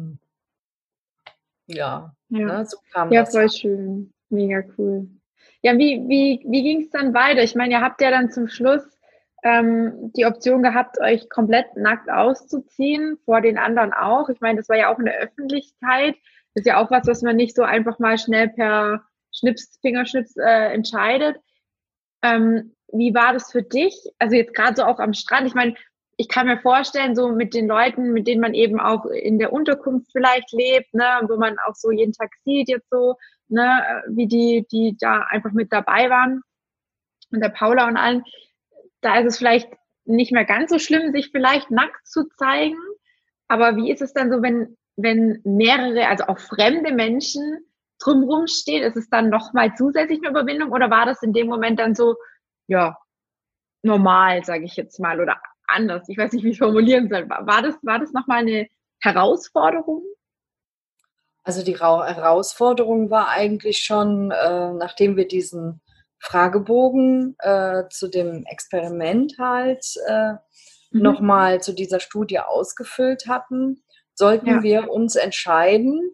ne, so kam das. Ja, voll schön. Mega cool. Ja, wie ging es dann weiter? Ich meine, ihr habt ja dann zum Schluss die Option gehabt, euch komplett nackt auszuziehen, vor den anderen auch. Ich meine, das war ja auch in der Öffentlichkeit. Das ist ja auch was man nicht so einfach mal schnell per Fingerschnips entscheidet. Wie war das für dich? Also jetzt gerade so auch am Strand. Ich meine, ich kann mir vorstellen, so mit den Leuten, mit denen man eben auch in der Unterkunft vielleicht lebt, ne, wo man auch so jeden Tag sieht jetzt so, ne, wie die da einfach mit dabei waren und der Paula und allen, da ist es vielleicht nicht mehr ganz so schlimm, sich vielleicht nackt zu zeigen. Aber wie ist es dann so, wenn mehrere, also auch fremde Menschen drumherum stehen? Ist es dann nochmal zusätzlich eine Überwindung oder war das in dem Moment dann so, ja, normal, sage ich jetzt mal, oder anders? Ich weiß nicht, wie ich formulieren soll. War das nochmal eine Herausforderung? Also die Herausforderung war eigentlich schon, nachdem wir diesen Fragebogen zu dem Experiment halt nochmal zu dieser Studie ausgefüllt hatten, sollten wir uns entscheiden,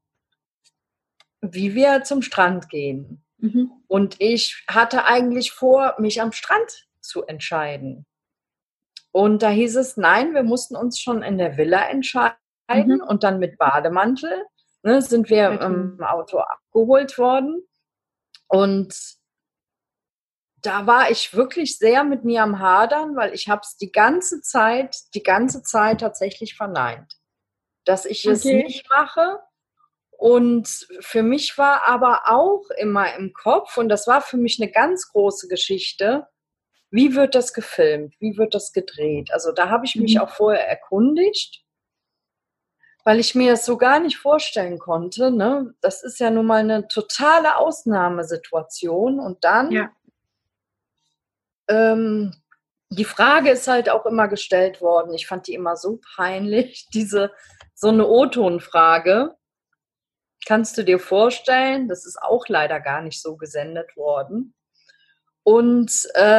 wie wir zum Strand gehen. Und ich hatte eigentlich vor, mich am Strand zu entscheiden. Und da hieß es, nein, wir mussten uns schon in der Villa entscheiden und dann mit Bademantel, ne, sind wir im Auto abgeholt worden. Und da war ich wirklich sehr mit mir am Hadern, weil ich habe es die ganze Zeit tatsächlich verneint, dass ich es nicht mache. Und für mich war aber auch immer im Kopf, und das war für mich eine ganz große Geschichte, wie wird das gefilmt, wie wird das gedreht? Also da habe ich mich auch vorher erkundigt, weil ich mir das so gar nicht vorstellen konnte. Ne? Das ist ja nun mal eine totale Ausnahmesituation. Und dann, die Frage ist halt auch immer gestellt worden. Ich fand die immer so peinlich, so eine O-Ton-Frage. Kannst du dir vorstellen? Das ist auch leider gar nicht so gesendet worden. Und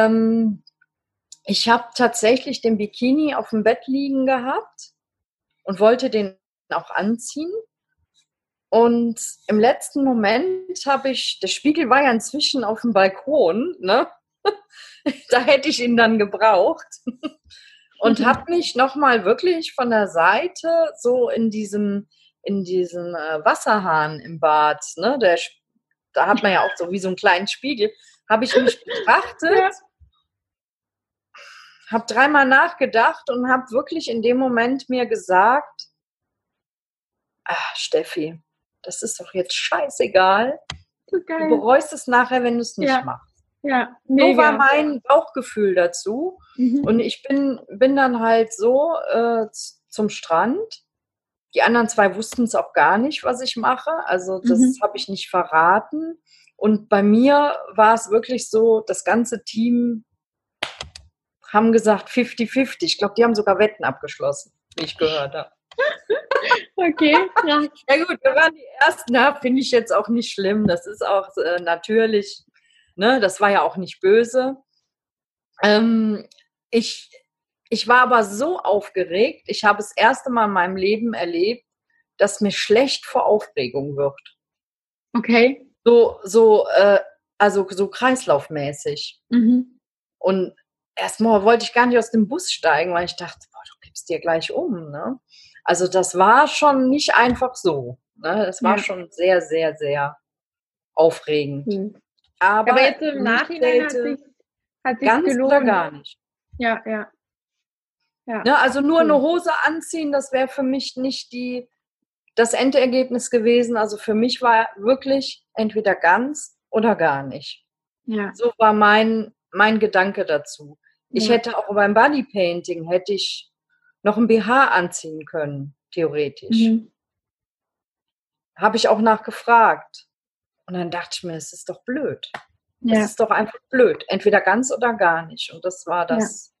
ich habe tatsächlich den Bikini auf dem Bett liegen gehabt und wollte den auch anziehen. Und im letzten Moment der Spiegel war ja inzwischen auf dem Balkon, ne? Da hätte ich ihn dann gebraucht. Und habe mich nochmal wirklich von der Seite so in diesem Wasserhahn im Bad, ne? Da hat man ja auch so wie so einen kleinen Spiegel, habe ich mich betrachtet, habe dreimal nachgedacht und habe wirklich in dem Moment mir gesagt, Steffi, das ist doch jetzt scheißegal. Du bereust es nachher, wenn du es nicht machst. Ja, mega. So war mein Bauchgefühl dazu. Und ich bin dann halt so zum Strand. Die anderen 2 wussten es auch gar nicht, was ich mache. Also das habe ich nicht verraten. Und bei mir war es wirklich so, das ganze Team haben gesagt 50-50. Ich glaube, die haben sogar Wetten abgeschlossen, wie ich gehört habe. Okay, ja. Ja gut, wir waren die Ersten, finde ich jetzt auch nicht schlimm. Das ist auch natürlich, ne, das war ja auch nicht böse. Ich war aber so aufgeregt, ich habe das erste Mal in meinem Leben erlebt, dass mir schlecht vor Aufregung wird. Okay. Also so kreislaufmäßig. Und erstmal wollte ich gar nicht aus dem Bus steigen, weil ich dachte, boah, du kippst dir gleich um, ne? Also das war schon nicht einfach so. Ne? Das war schon sehr, sehr, sehr aufregend. Aber jetzt im Nachhinein hat sich ganz gelohnt. oder gar nicht. Ja. Ne? Also nur eine Hose anziehen, das wäre für mich nicht das Endergebnis gewesen. Also für mich war wirklich entweder ganz oder gar nicht. Ja. So war mein Gedanke dazu. Ich hätte auch beim Bodypainting noch ein BH anziehen können, theoretisch. Habe ich auch nachgefragt. Und dann dachte ich mir, das ist doch blöd. Das ist doch einfach blöd. Entweder ganz oder gar nicht. Und das war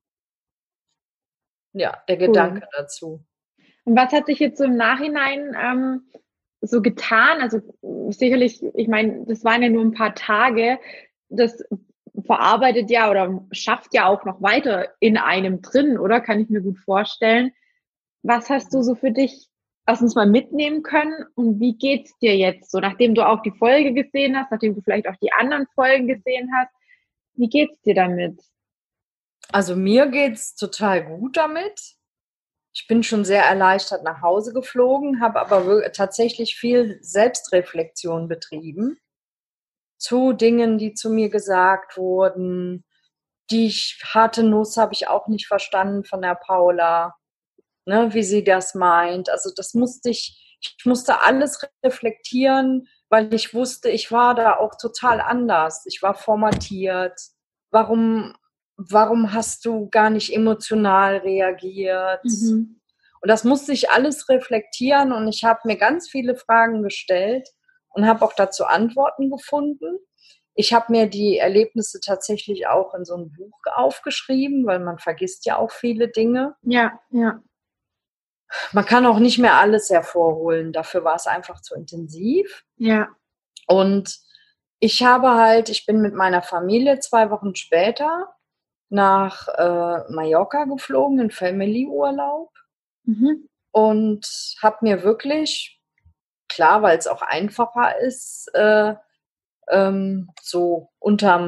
der Gedanke dazu. Und was hat sich jetzt so im Nachhinein so getan? Also sicherlich, ich meine, das waren ja nur ein paar Tage. Das verarbeitet ja oder schafft ja auch noch weiter in einem drin, oder? Kann ich mir gut vorstellen. Was hast du so für dich erstens mal mitnehmen können und wie geht's dir jetzt so, nachdem du auch die Folge gesehen hast, nachdem du vielleicht auch die anderen Folgen gesehen hast, wie geht's dir damit? Also mir geht's total gut damit. Ich bin schon sehr erleichtert nach Hause geflogen, habe aber tatsächlich viel Selbstreflexion betrieben zu Dingen, die zu mir gesagt wurden. Die harte Nuss habe ich auch nicht verstanden von der Paula, ne, wie sie das meint. Also ich musste alles reflektieren, weil ich wusste, ich war da auch total anders. Ich war formatiert. Warum hast du gar nicht emotional reagiert? Und das musste ich alles reflektieren und ich habe mir ganz viele Fragen gestellt und habe auch dazu Antworten gefunden. Ich habe mir die Erlebnisse tatsächlich auch in so ein Buch aufgeschrieben, weil man vergisst ja auch viele Dinge. Ja. Man kann auch nicht mehr alles hervorholen. Dafür war es einfach zu intensiv. Ja. Und ich bin mit meiner Familie 2 Wochen später nach Mallorca geflogen, in Family-Urlaub. Und habe mir wirklich, klar, weil es auch einfacher ist, so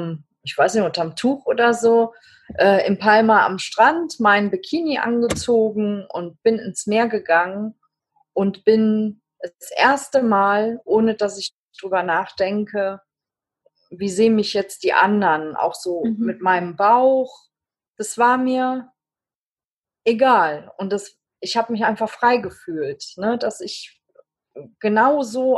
ich weiß nicht, unterm Tuch oder so, in Palma am Strand, mein Bikini angezogen und bin ins Meer gegangen und bin das erste Mal, ohne dass ich drüber nachdenke, wie sehen mich jetzt die anderen, auch so mit meinem Bauch. Das war mir egal. Und ich habe mich einfach frei gefühlt, ne, dass ich genauso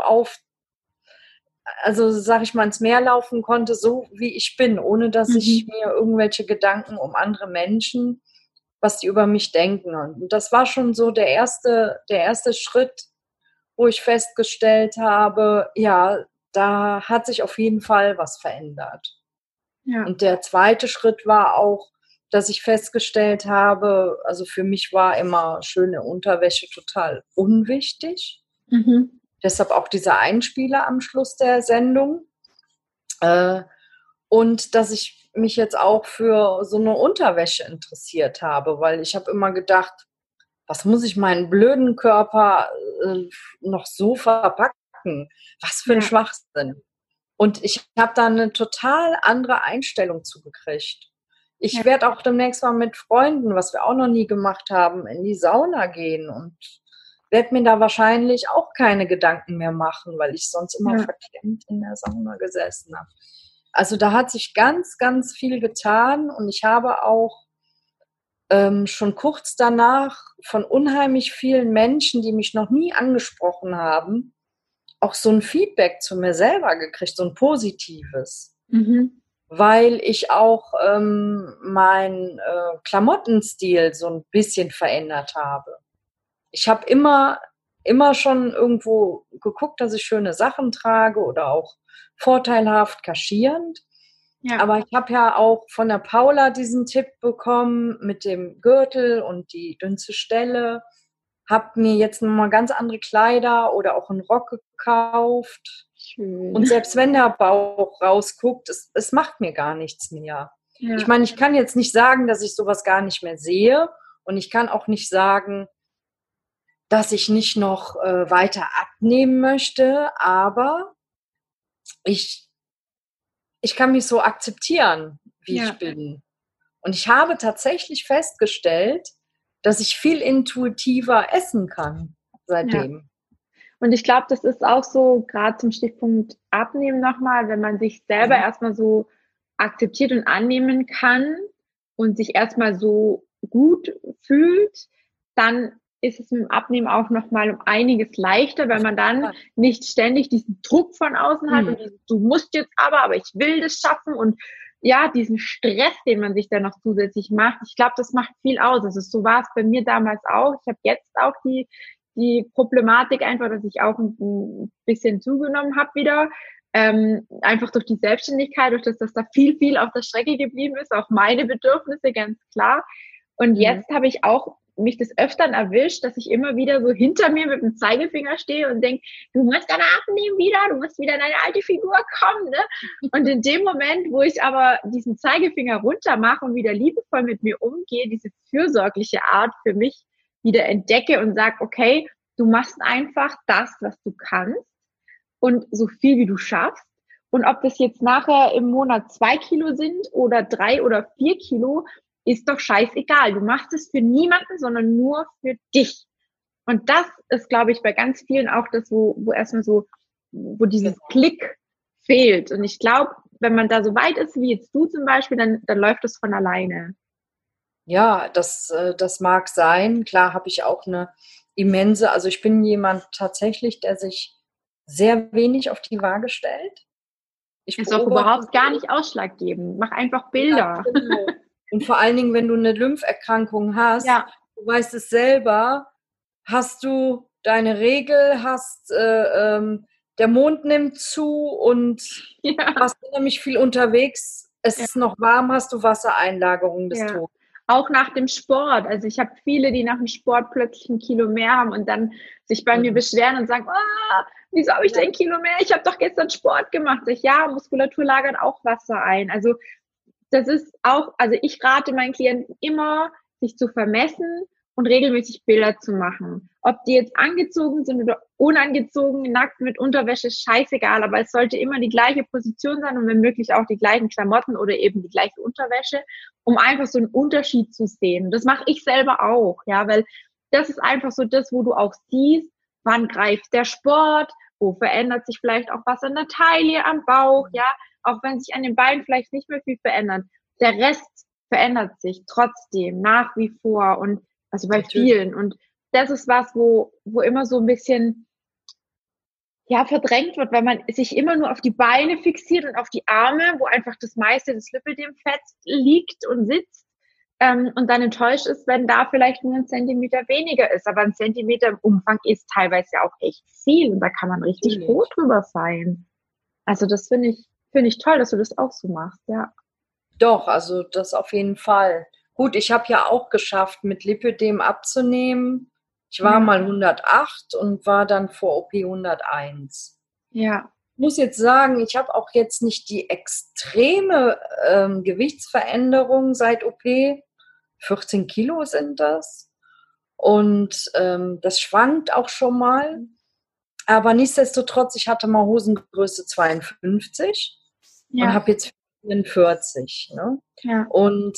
also sag ich mal, ins Meer laufen konnte, so wie ich bin, ohne dass ich mir irgendwelche Gedanken um andere Menschen, was die über mich denken. Und das war schon so der erste Schritt, wo ich festgestellt habe, ja, da hat sich auf jeden Fall was verändert. Ja. Und der zweite Schritt war auch, dass ich festgestellt habe, also für mich war immer schöne Unterwäsche total unwichtig. Deshalb auch dieser Einspieler am Schluss der Sendung. Und dass ich mich jetzt auch für so eine Unterwäsche interessiert habe, weil ich habe immer gedacht, was muss ich meinen blöden Körper noch so verpacken? Was für ein Schwachsinn. Und ich habe da eine total andere Einstellung zugekriegt. Ich werde auch demnächst mal mit Freunden, was wir auch noch nie gemacht haben, in die Sauna gehen und werde mir da wahrscheinlich auch keine Gedanken mehr machen, weil ich sonst immer verklemmt in der Sauna gesessen habe. Also da hat sich ganz, ganz viel getan und ich habe auch schon kurz danach von unheimlich vielen Menschen, die mich noch nie angesprochen haben, auch so ein Feedback zu mir selber gekriegt, so ein positives. Weil ich auch meinen Klamottenstil so ein bisschen verändert habe. Ich habe immer schon irgendwo geguckt, dass ich schöne Sachen trage oder auch vorteilhaft kaschierend. Ja. Aber ich habe ja auch von der Paula diesen Tipp bekommen mit dem Gürtel und die dünnste Stelle. Habe mir jetzt nochmal ganz andere Kleider oder auch einen Rock gekauft. Schön. Und selbst wenn der Bauch rausguckt, es macht mir gar nichts mehr. Ja. Ich meine, ich kann jetzt nicht sagen, dass ich sowas gar nicht mehr sehe. Und ich kann auch nicht sagen, dass ich nicht noch weiter abnehmen möchte. Aber ich kann mich so akzeptieren, wie ich bin. Und ich habe tatsächlich festgestellt, dass ich viel intuitiver essen kann seitdem. Ja. Und ich glaube, das ist auch so, gerade zum Stichpunkt Abnehmen nochmal, wenn man sich selber erstmal so akzeptiert und annehmen kann und sich erstmal so gut fühlt, dann ist es mit dem Abnehmen auch nochmal um einiges leichter, weil man dann nicht ständig diesen Druck von außen hat und dieses, du musst jetzt aber ich will das schaffen und ja, diesen Stress, den man sich dann noch zusätzlich macht. Ich glaube, das macht viel aus. Also so war es bei mir damals auch. Ich habe jetzt auch die Problematik einfach, dass ich auch ein bisschen zugenommen habe wieder. Einfach durch die Selbstständigkeit, durch das, dass da viel auf der Strecke geblieben ist, auch meine Bedürfnisse, ganz klar. Und jetzt habe ich auch mich des Öfteren erwischt, dass ich immer wieder so hinter mir mit dem Zeigefinger stehe und denke, du musst aber abnehmen wieder, du musst wieder in deine alte Figur kommen, ne? Und in dem Moment, wo ich aber diesen Zeigefinger runter mache und wieder liebevoll mit mir umgehe, diese fürsorgliche Art für mich wieder entdecke und sage, okay, du machst einfach das, was du kannst und so viel, wie du schaffst. Und ob das jetzt nachher im Monat 2 Kilo sind oder 3 oder 4 Kilo, ist doch scheißegal. Du machst es für niemanden, sondern nur für dich. Und das ist, glaube ich, bei ganz vielen auch das, wo erstmal so, wo dieses Klick fehlt. Und ich glaube, wenn man da so weit ist, wie jetzt du zum Beispiel, dann läuft es von alleine. Ja, das mag sein. Klar habe ich auch eine immense, also ich bin jemand tatsächlich, der sich sehr wenig auf die Waage stellt. Ist auch überhaupt gar nicht ausschlaggebend. Mach einfach Bilder. Ja, genau. Und vor allen Dingen, wenn du eine Lympherkrankung hast, du weißt es selber, hast du deine Regel, der Mond nimmt zu und hast nämlich viel unterwegs. Es ist noch warm, hast du Wassereinlagerung des Todes. Auch nach dem Sport. Also ich habe viele, die nach dem Sport plötzlich 1 Kilo mehr haben und dann sich bei mir beschweren und sagen, wieso habe ich denn 1 Kilo mehr? Ich habe doch gestern Sport gemacht. Muskulatur lagert auch Wasser ein. Also das ist auch, also ich rate meinen Klienten immer, sich zu vermessen und regelmäßig Bilder zu machen. Ob die jetzt angezogen sind oder unangezogen, nackt mit Unterwäsche, scheißegal, aber es sollte immer die gleiche Position sein und wenn möglich auch die gleichen Klamotten oder eben die gleiche Unterwäsche, um einfach so einen Unterschied zu sehen. Das mache ich selber auch, ja, weil das ist einfach so das, wo du auch siehst, wann greift der Sport, wo verändert sich vielleicht auch was an der Taille, am Bauch, ja, auch wenn sich an den Beinen vielleicht nicht mehr viel verändert. Der Rest verändert sich trotzdem nach wie vor und also bei vielen. Und das ist was, wo immer so ein bisschen ja verdrängt wird, weil man sich immer nur auf die Beine fixiert und auf die Arme, wo einfach das meiste des Lipödem-Fett liegt und sitzt. Und dann enttäuscht ist, wenn da vielleicht nur 1 Zentimeter weniger ist. Aber 1 Zentimeter im Umfang ist teilweise ja auch echt viel. Und da kann man richtig froh drüber sein. Also das finde ich toll, dass du das auch so machst, ja. Doch, also das auf jeden Fall. Gut, ich habe ja auch geschafft, mit Lipödem abzunehmen. Ich war mal 108 und war dann vor OP 101. Ja. Ich muss jetzt sagen, ich habe auch jetzt nicht die extreme Gewichtsveränderung seit OP. 14 Kilo sind das. Und das schwankt auch schon mal. Aber nichtsdestotrotz, ich hatte mal Hosengröße 52 und habe jetzt 44. Ne? Ja. Und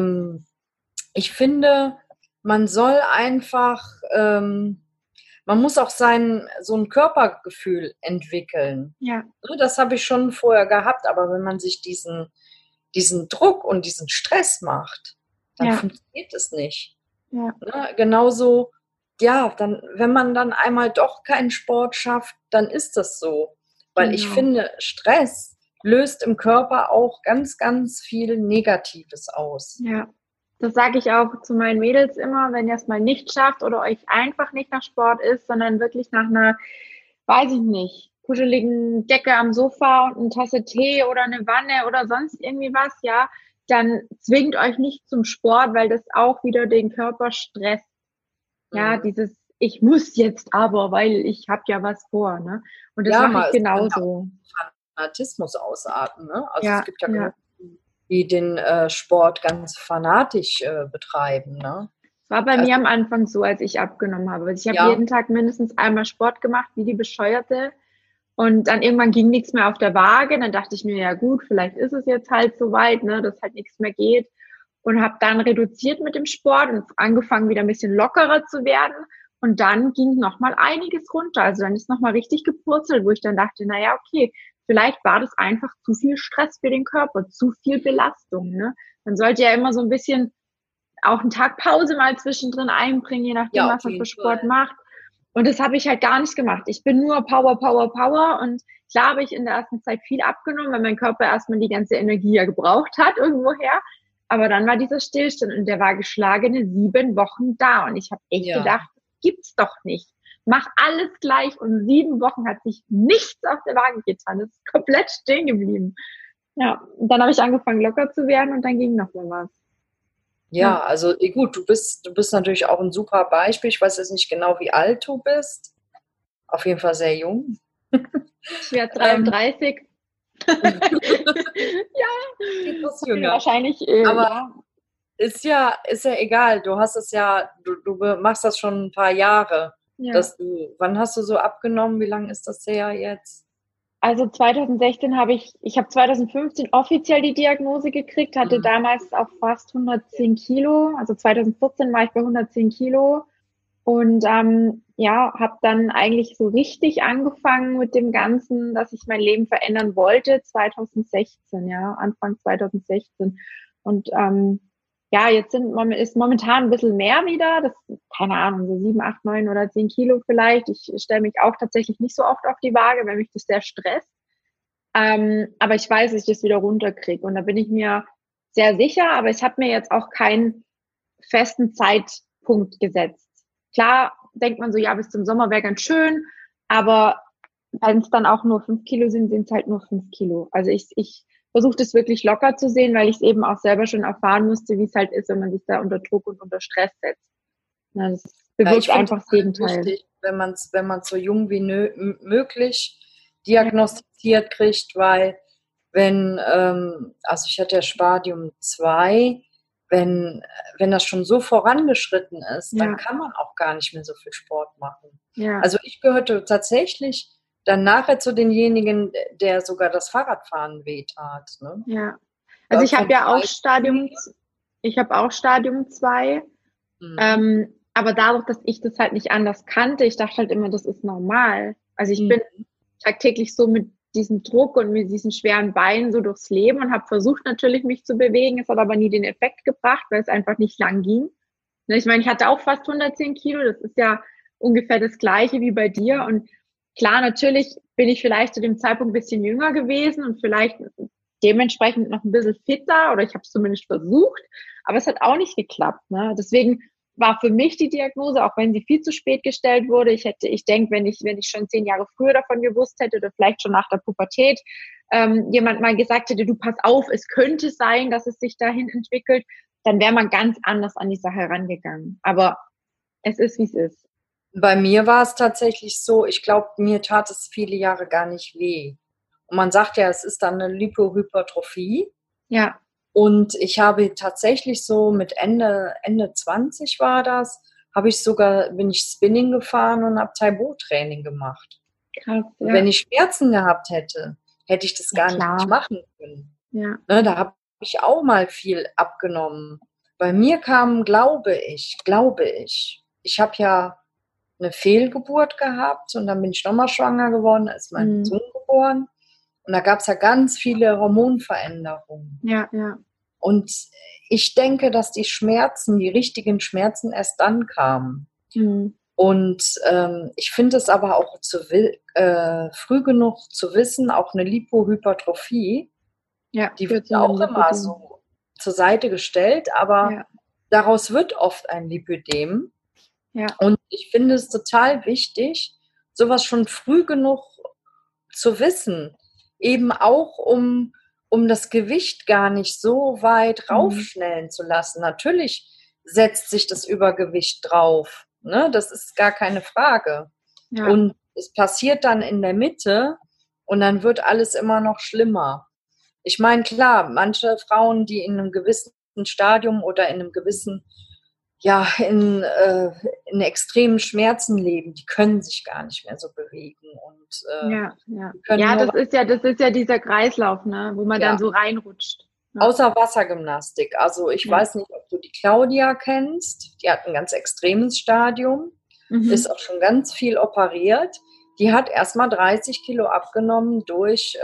ich finde, man soll einfach, man muss auch so ein Körpergefühl entwickeln. Ja. Das habe ich schon vorher gehabt, aber wenn man sich diesen Druck und diesen Stress macht, dann funktioniert es nicht. Ja. Ne? Genauso, ja, dann, wenn man dann einmal doch keinen Sport schafft, dann ist das so. Weil ich finde, Stress löst im Körper auch ganz, ganz viel Negatives aus. Ja, das sage ich auch zu meinen Mädels immer, wenn ihr es mal nicht schafft oder euch einfach nicht nach Sport ist, sondern wirklich nach einer, weiß ich nicht, kuscheligen Decke am Sofa und eine Tasse Tee oder eine Wanne oder sonst irgendwie was, ja, dann zwingt euch nicht zum Sport, weil das auch wieder den Körper stresst. Ja, dieses ich muss jetzt aber, weil ich habe ja was vor, ne? Und das mache ich genauso. Fanatismus ausarten, ne? Also es gibt ja genug, die den Sport ganz fanatisch betreiben, ne? War bei mir am Anfang so, als ich abgenommen habe. Ich habe jeden Tag mindestens einmal Sport gemacht, wie die Bescheuerte. Und dann irgendwann ging nichts mehr auf der Waage. Dann dachte ich mir, ja gut, vielleicht ist es jetzt halt so weit, ne, dass halt nichts mehr geht. Und habe dann reduziert mit dem Sport und angefangen, wieder ein bisschen lockerer zu werden. Und dann ging noch mal einiges runter. Also dann ist noch mal richtig gepurzelt, wo ich dann dachte, na ja, okay, vielleicht war das einfach zu viel Stress für den Körper, zu viel Belastung. Ne? Man sollte ja immer so ein bisschen auch einen Tag Pause mal zwischendrin einbringen, je nachdem, was man für Sport macht. Und das habe ich halt gar nicht gemacht. Ich bin nur Power, Power, Power. Und klar habe ich in der ersten Zeit viel abgenommen, weil mein Körper erstmal die ganze Energie ja gebraucht hat irgendwoher. Aber dann war dieser Stillstand und der war geschlagene 7 Wochen da. Und ich habe echt gedacht, das gibt's doch nicht. Mach alles gleich und 7 Wochen hat sich nichts auf der Waage getan. Das ist komplett stehen geblieben. Ja, und dann habe ich angefangen locker zu werden und dann ging noch mal was. Ja, also gut, du bist natürlich auch ein super Beispiel. Ich weiß jetzt nicht genau, wie alt du bist. Auf jeden Fall sehr jung. Ich werde 33. Etwas jünger. Wahrscheinlich, aber ist ja egal. Du hast es ja, du machst das schon ein paar Jahre. Ja. Wann hast du so abgenommen? Wie lange ist das her jetzt? Also 2016 habe ich habe 2015 offiziell die Diagnose gekriegt, hatte damals auch fast 110 Kilo. Also 2014 war ich bei 110 Kilo und habe dann eigentlich so richtig angefangen mit dem Ganzen, dass ich mein Leben verändern wollte, 2016, Anfang 2016. Und jetzt ist momentan ein bisschen mehr wieder, das, keine Ahnung, so 7, 8, 9 oder 10 Kilo vielleicht. Ich stelle mich auch tatsächlich nicht so oft auf die Waage, weil mich das sehr stresst. Aber ich weiß, dass ich das wieder runterkriege und da bin ich mir sehr sicher, aber ich habe mir jetzt auch keinen festen Zeitpunkt gesetzt. Klar denkt man so, ja, bis zum Sommer wäre ganz schön, aber wenn es dann auch nur 5 Kilo sind, sind es halt nur 5 Kilo. Also ich versuche das wirklich locker zu sehen, weil ich es eben auch selber schon erfahren musste, wie es halt ist, wenn man sich da unter Druck und unter Stress setzt. Na, das bewirkt einfach das Gegenteil. Wichtig, wenn man so jung wie möglich diagnostiziert kriegt, weil wenn, also ich hatte ja Stadium 2, wenn, wenn das schon so vorangeschritten ist, dann Ja, kann man auch gar nicht mehr so viel Sport machen. ja, Also ich gehörte tatsächlich dann nachher zu denjenigen, der sogar das Fahrradfahren wehtat. Ne? ja. Also ich habe Vom ja auch Schweiß. Stadium 2. Mhm. Aber dadurch, dass ich das halt nicht anders kannte, ich dachte halt immer, das ist normal. Also ich bin Mhm. tagtäglich so mit diesem Druck und mit diesen schweren Beinen so durchs Leben und habe versucht natürlich mich zu bewegen. Es hat aber nie den Effekt gebracht, weil es einfach nicht lang ging. Ne, ich meine, ich hatte auch fast 110 Kilo. Das ist ja ungefähr das Gleiche wie bei dir. Und klar, natürlich bin ich vielleicht zu dem Zeitpunkt ein bisschen jünger gewesen und vielleicht dementsprechend noch ein bisschen fitter oder ich habe es zumindest versucht, aber es hat auch nicht geklappt. Ne? Deswegen war für mich die Diagnose, auch wenn sie viel zu spät gestellt wurde, ich denke, wenn ich schon 10 Jahre früher davon gewusst hätte oder vielleicht schon nach der Pubertät, jemand mal gesagt hätte, du pass auf, es könnte sein, dass es sich dahin entwickelt, dann wäre man ganz anders an die Sache herangegangen. Aber es ist, wie es ist. Bei mir war es tatsächlich so, ich glaube, mir tat es viele Jahre gar nicht weh. Und man sagt ja, es ist dann eine Lipohypertrophie. Ja, Und ich habe tatsächlich so mit Ende 20 war das, bin ich Spinning gefahren und habe Tai-Bo-Training gemacht. krass, Und wenn ja. ich Schmerzen gehabt hätte, hätte ich das Ja, gar nicht klar. machen können. Ja. Ne, da habe ich auch mal viel abgenommen. Bei mir kam, ich habe ja eine Fehlgeburt gehabt und dann bin ich nochmal schwanger geworden, da ist mein Mhm. Sohn geboren. Und da gab es ja ganz viele Hormonveränderungen. Ja, ja. Und ich denke, dass die richtigen Schmerzen erst dann kamen. Mhm. Und ich finde es aber auch früh genug zu wissen, auch eine Lipohypertrophie, Ja, die wird führt zu ja einem auch immer Lipödem. so zur Seite gestellt, aber Ja, daraus wird oft ein Lipödem. ja. Und ich finde es total wichtig, sowas schon früh genug zu wissen, eben auch um das Gewicht gar nicht so weit Mhm. raufschnellen zu lassen. Natürlich setzt sich das Übergewicht drauf, ne? Das ist gar keine Frage. Ja, Und es passiert dann in der Mitte und dann wird alles immer noch schlimmer. Ich meine, klar, manche Frauen, die in einem gewissen Stadium oder in einem gewissen, ja, in extremen Schmerzen leben, die können sich gar nicht mehr so bewegen und ja, ja. die können Ja, nur, das ist ja dieser Kreislauf, ne, wo man dann ja, so reinrutscht. Ja, außer Wassergymnastik. Also ich ja. weiß nicht, ob du die Claudia kennst. Die hat ein ganz extremes Stadium, ist Mhm. auch schon ganz viel operiert. Die hat erstmal 30 Kilo abgenommen durch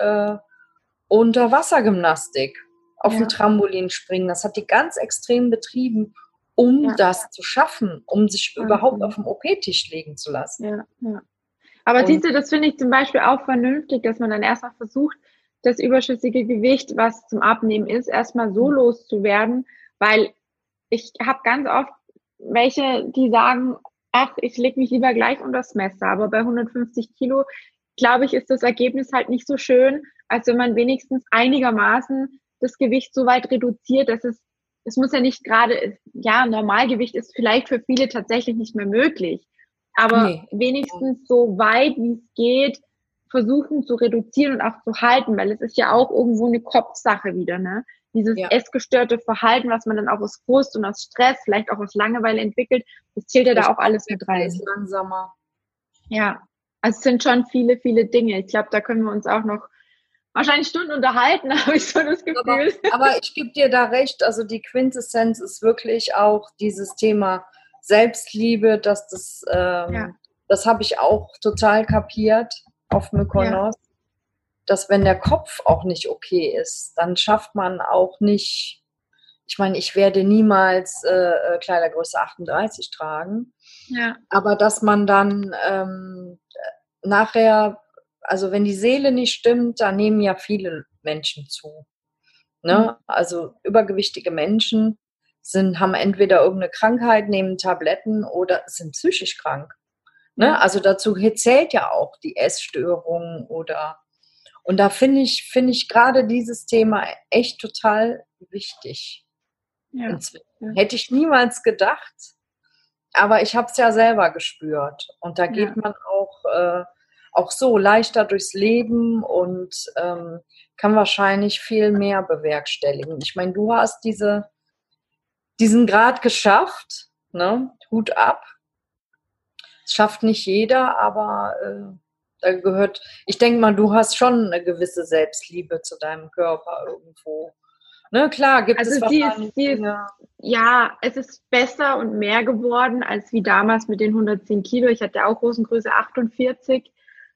Unterwassergymnastik, auf dem Ja, Trampolin springen. Das hat die ganz extrem betrieben, um ja, das zu schaffen, um sich überhaupt auf Wahnsinn. dem OP-Tisch legen zu lassen. Ja, ja. Aber Und siehst du, das finde ich zum Beispiel auch vernünftig, dass man dann erstmal versucht, das überschüssige Gewicht, was zum Abnehmen ist, erstmal so loszuwerden, weil ich habe ganz oft welche, die sagen, ach, ich lege mich lieber gleich unter das Messer, aber bei 150 Kilo, glaube ich, ist das Ergebnis halt nicht so schön, als wenn man wenigstens einigermaßen das Gewicht so weit reduziert, dass es muss ja nicht gerade, ja, Normalgewicht ist vielleicht für viele tatsächlich nicht mehr möglich, aber nee, wenigstens so weit, wie es geht, versuchen zu reduzieren und auch zu halten, weil es ist ja auch irgendwo eine Kopfsache wieder, ne? Dieses ja, essgestörte Verhalten, was man dann auch aus Frust und aus Stress, vielleicht auch aus Langeweile entwickelt, das zählt ja der da auch alles mit Stoffwechsel ist rein. langsamer. Ja, also es sind schon viele, viele Dinge. Ich glaube, da können wir uns auch noch wahrscheinlich Stunden unterhalten, habe ich so das Aber, Gefühl. aber ich gebe dir da recht, also die Quintessenz ist wirklich auch dieses Thema Selbstliebe, Ja, das habe ich auch total kapiert auf ja, Mykonos, dass wenn der Kopf auch nicht okay ist, dann schafft man auch nicht, ich meine, ich werde niemals Kleidergröße 38 tragen, ja, aber dass man dann nachher, also wenn die Seele nicht stimmt, da nehmen ja viele Menschen zu. hm, Ne? Also übergewichtige Menschen haben entweder irgendeine Krankheit, nehmen Tabletten oder sind psychisch krank. Ne? ja, Also dazu zählt ja auch die Essstörung oder und da finde ich gerade dieses Thema echt total wichtig ja, inzwischen. ja, Hätte ich niemals gedacht, aber ich habe es ja selber gespürt. Und da geht ja, man auch so leichter durchs Leben und kann wahrscheinlich viel mehr bewerkstelligen. Ich meine, du hast diesen Grad geschafft, ne? Hut ab. Das schafft nicht jeder, aber da gehört, ich denke mal, du hast schon eine gewisse Selbstliebe zu deinem Körper irgendwo. Ne, klar, gibt es wahrscheinlich Dinge. Ja, es ist besser und mehr geworden als wie damals mit den 110 Kilo. Ich hatte auch Hosengröße 48,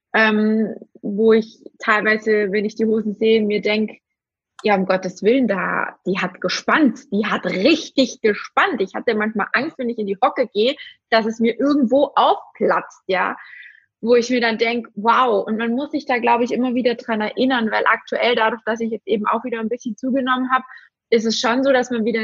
wo ich teilweise, wenn ich die Hosen sehe, mir denke, ja, um Gottes Willen, die hat gespannt, die hat richtig gespannt. Ich hatte manchmal Angst, wenn ich in die Hocke gehe, dass es mir irgendwo aufplatzt, ja, wo ich mir dann denke, wow, und man muss sich da, glaube ich, immer wieder dran erinnern, weil aktuell, dadurch, dass ich jetzt eben auch wieder ein bisschen zugenommen habe, ist es schon so, dass man wieder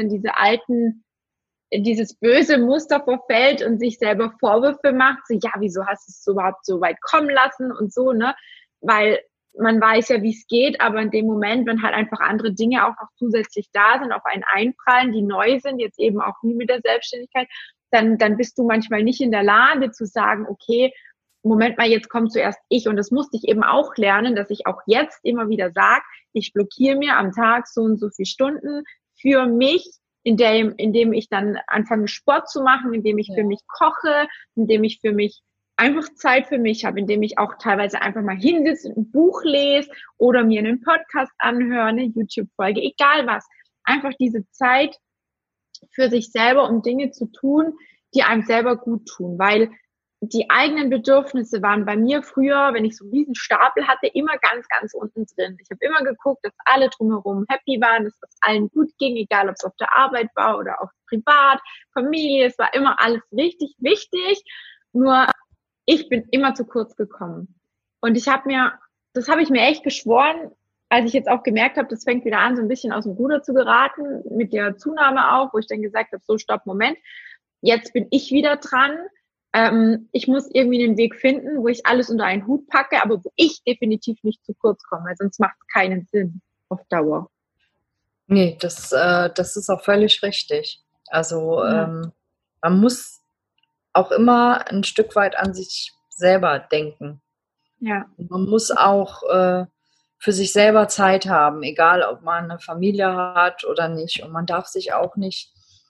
in dieses böse Muster verfällt und sich selber Vorwürfe macht, so, ja, wieso hast du es überhaupt so weit kommen lassen und so, ne, weil man weiß ja, wie es geht, aber in dem Moment, wenn halt einfach andere Dinge auch noch zusätzlich da sind, auf einen einprallen, die neu sind, jetzt eben auch nie mit der Selbstständigkeit, dann bist du manchmal nicht in der Lage zu sagen, okay, Moment mal, jetzt kommt zuerst ich. Und das musste ich eben auch lernen, dass ich auch jetzt immer wieder sage, ich blockiere mir am Tag so und so viele Stunden für mich, indem ich dann anfange, Sport zu machen, indem ich für mich koche, indem ich für mich einfach Zeit für mich habe, indem ich auch teilweise einfach mal hinsitze, ein Buch lese oder mir einen Podcast anhöre, eine YouTube-Folge, egal was. Einfach diese Zeit für sich selber, um Dinge zu tun, die einem selber gut tun, weil die eigenen Bedürfnisse waren bei mir früher, wenn ich so einen riesen Stapel hatte, immer ganz, ganz unten drin. Ich habe immer geguckt, dass alle drumherum happy waren, dass es allen gut ging, egal ob es auf der Arbeit war oder auch privat, Familie, es war immer alles richtig wichtig. Nur ich bin immer zu kurz gekommen. Und das habe ich mir echt geschworen, als ich jetzt auch gemerkt habe, das fängt wieder an, so ein bisschen aus dem Ruder zu geraten, mit der Zunahme auch, wo ich dann gesagt habe, so, stopp, Moment, jetzt bin ich wieder dran. Ich muss irgendwie einen Weg finden, wo ich alles unter einen Hut packe, aber wo ich definitiv nicht zu kurz komme, weil sonst macht es keinen Sinn auf Dauer. Nee, das ist auch völlig richtig. Also man muss auch immer ein Stück weit an sich selber denken. Ja. Man muss auch für sich selber Zeit haben, egal ob man eine Familie hat oder nicht. Und man darf sich auch nicht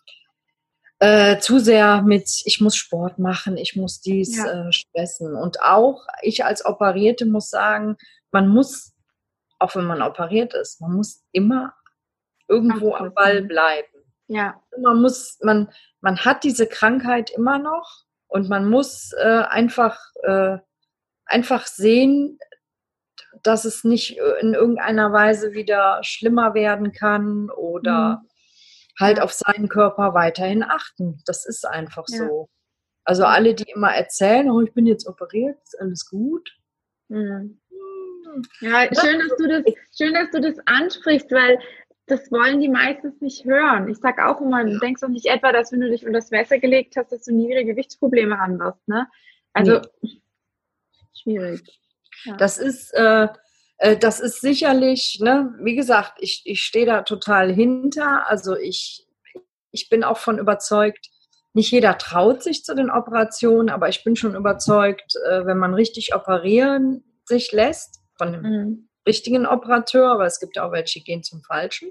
zu sehr mit, ich muss Sport machen, ich muss dies stressen. Und auch ich als Operierte muss sagen, man muss, auch wenn man operiert ist, man muss immer irgendwo am Ball bleiben. Ja. Man hat diese Krankheit immer noch und man muss einfach sehen, dass es nicht in irgendeiner Weise wieder schlimmer werden kann oder halt auf seinen Körper weiterhin achten. Das ist einfach so. Also alle, die immer erzählen, oh, ich bin jetzt operiert, ist alles gut. Ja, schön, dass du das ansprichst, weil das wollen die meistens nicht hören. Ich sag auch immer, du denkst doch nicht etwa, dass wenn du dich unter das Messer gelegt hast, dass du nie wieder Gewichtsprobleme haben wirst, ne? Also, schwierig. Ja. Das ist sicherlich, ne, wie gesagt, ich stehe da total hinter. Also ich bin auch von überzeugt, nicht jeder traut sich zu den Operationen, aber ich bin schon überzeugt, wenn man richtig operieren sich lässt, von dem richtigen Operateur, aber es gibt auch welche, die gehen zum Falschen,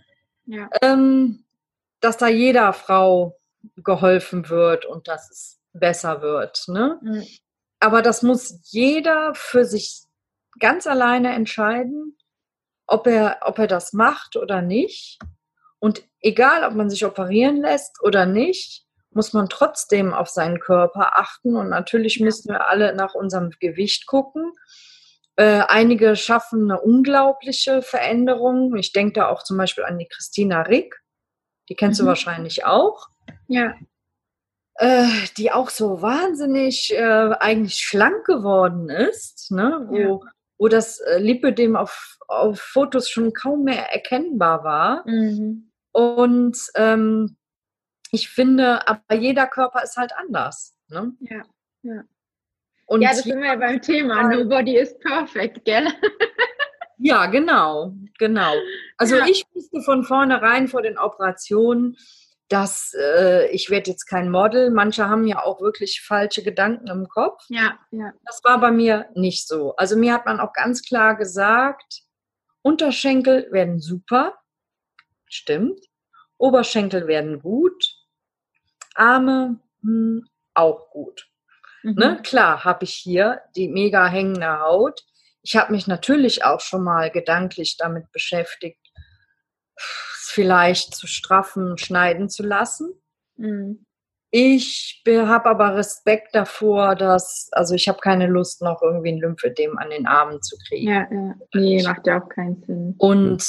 dass da jeder Frau geholfen wird und dass es besser wird. Ne? Aber das muss jeder für sich ganz alleine entscheiden, ob er das macht oder nicht. Und egal, ob man sich operieren lässt oder nicht, muss man trotzdem auf seinen Körper achten. Und natürlich müssen wir alle nach unserem Gewicht gucken. Einige schaffen eine unglaubliche Veränderung. Ich denke da auch zum Beispiel an die Christina Rick. Die kennst du wahrscheinlich auch. Ja. Die auch so wahnsinnig eigentlich schlank geworden ist, ne? Wo das Lipödem auf Fotos schon kaum mehr erkennbar war. Und ich finde, aber jeder Körper ist halt anders. Ne? Ja, ja. Und ja, das sind wir ja beim Thema. Nobody is perfect, gell? Ja, genau. Also ich wusste von vornherein vor den Operationen, dass ich werde jetzt kein Model. Manche haben ja auch wirklich falsche Gedanken im Kopf. Ja. Das war bei mir nicht so. Also mir hat man auch ganz klar gesagt, Unterschenkel werden super. Stimmt. Oberschenkel werden gut, Arme auch gut. Ne? Klar habe ich hier die mega hängende Haut. Ich habe mich natürlich auch schon mal gedanklich damit beschäftigt, es vielleicht zu straffen, schneiden zu lassen. Ich habe aber Respekt davor, also ich habe keine Lust, noch irgendwie ein Lymphödem an den Armen zu kriegen. Ja. Nee, macht ja auch keinen Sinn. Und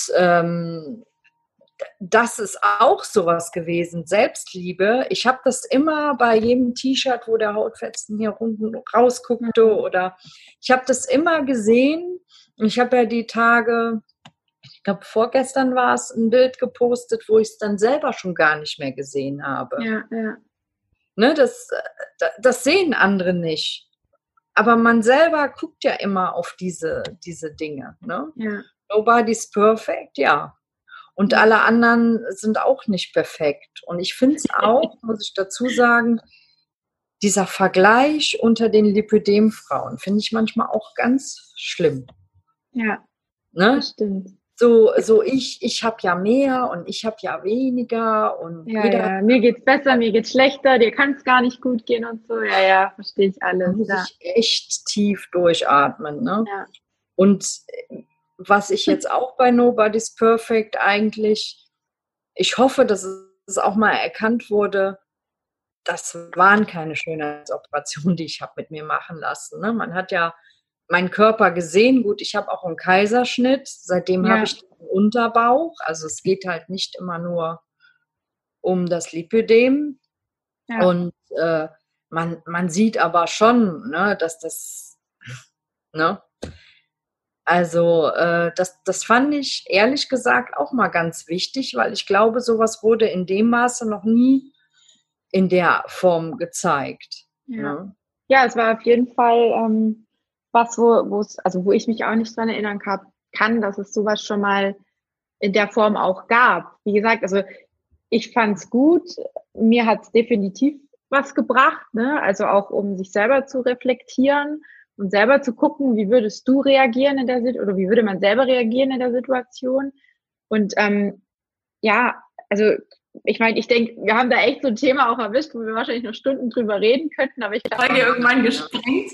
das ist auch sowas gewesen, Selbstliebe. Ich habe das immer bei jedem T-Shirt, wo der Hautfetzen hier unten rausguckte, oder ich habe das immer gesehen. Und ich habe ja die Tage, ich glaube vorgestern war es, ein Bild gepostet, wo ich es dann selber schon gar nicht mehr gesehen habe. Ja. Ne, das sehen andere nicht. Aber man selber guckt ja immer auf diese Dinge. Ne? Ja. Nobody's perfect, ja. Und alle anderen sind auch nicht perfekt. Und ich finde es auch, muss ich dazu sagen, dieser Vergleich unter den Lipödem-Frauen finde ich manchmal auch ganz schlimm. Ja, ne? Das stimmt. So ich habe ja mehr und ich habe ja weniger. Und ja, mir geht's besser, mir geht's schlechter, dir kann es gar nicht gut gehen und so. Ja, verstehe ich alles. Da muss ich echt tief durchatmen. Ne? Ja. Und was ich jetzt auch bei Nobody's Perfect eigentlich, ich hoffe, dass es auch mal erkannt wurde, das waren keine Schönheitsoperationen, die ich habe mit mir machen lassen. Ne? Man hat ja meinen Körper gesehen. Gut, ich habe auch einen Kaiserschnitt. Seitdem habe ich den Unterbauch. Also es geht halt nicht immer nur um das Lipödem. Ja. Und man sieht aber schon, ne, dass das... Ne? Also das fand ich ehrlich gesagt auch mal ganz wichtig, weil ich glaube, sowas wurde in dem Maße noch nie in der Form gezeigt. Ja, ja, es war auf jeden Fall was, wo ich mich auch nicht dran erinnern kann, dass es sowas schon mal in der Form auch gab. Wie gesagt, also ich fand's gut, mir hat's definitiv was gebracht, ne? Also auch um sich selber zu reflektieren und selber zu gucken, wie würdest du reagieren in der Situation, oder wie würde man selber reagieren in der Situation. Und ja, also ich meine, ich denke, wir haben da echt so ein Thema auch erwischt, wo wir wahrscheinlich noch Stunden drüber reden könnten, aber ich glaube... Folge irgendwann gesprengt.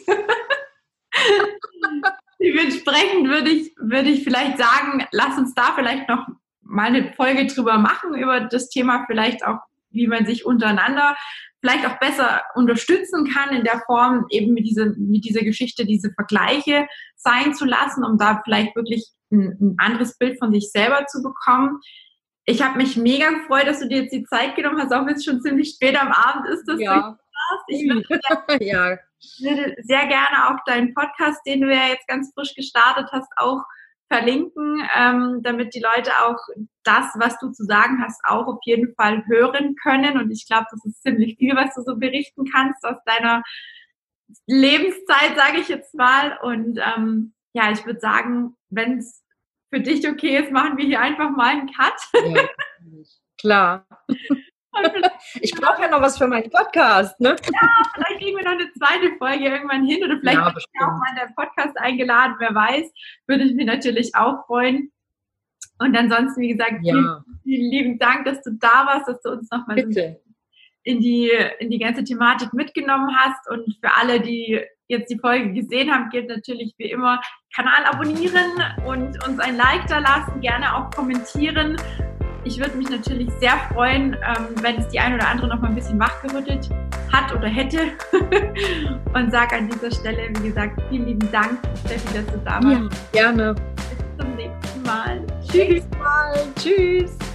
Dementsprechend würde ich vielleicht sagen, lass uns da vielleicht noch mal eine Folge drüber machen, über das Thema vielleicht auch, wie man sich untereinander vielleicht auch besser unterstützen kann, in der Form eben mit dieser Geschichte, diese Vergleiche sein zu lassen, um da vielleicht wirklich ein anderes Bild von sich selber zu bekommen. Ich habe mich mega gefreut, dass du dir jetzt die Zeit genommen hast, auch wenn es schon ziemlich spät am Abend ist, dass du hast. Ich würde sehr gerne auch deinen Podcast, den du ja jetzt ganz frisch gestartet hast, auch verlinken, damit die Leute auch das, was du zu sagen hast, auch auf jeden Fall hören können. Und ich glaube, das ist ziemlich viel, was du so berichten kannst aus deiner Lebenszeit, sage ich jetzt mal. Und ja, ich würde sagen, wenn es für dich okay ist, machen wir hier einfach mal einen Cut. Ja, klar. Ich brauche ja noch was für meinen Podcast, ne? Ja, vielleicht kriegen wir noch eine zweite Folge irgendwann hin, oder vielleicht bin ich auch mal in den Podcast eingeladen, wer weiß, würde ich mich natürlich auch freuen. Und ansonsten, wie gesagt, vielen lieben Dank, dass du da warst, dass du uns nochmal in die ganze Thematik mitgenommen hast. Und für alle, die jetzt die Folge gesehen haben, gilt natürlich wie immer, Kanal abonnieren und uns ein Like da lassen, gerne auch kommentieren. Ich würde mich natürlich sehr freuen, wenn es die ein oder andere noch mal ein bisschen wachgerüttelt hat oder hätte. Und sage an dieser Stelle, wie gesagt, vielen lieben Dank, Steffi, dass du da warst. Ja, gerne. Bis zum nächsten Mal. Tschüss. Tschüss.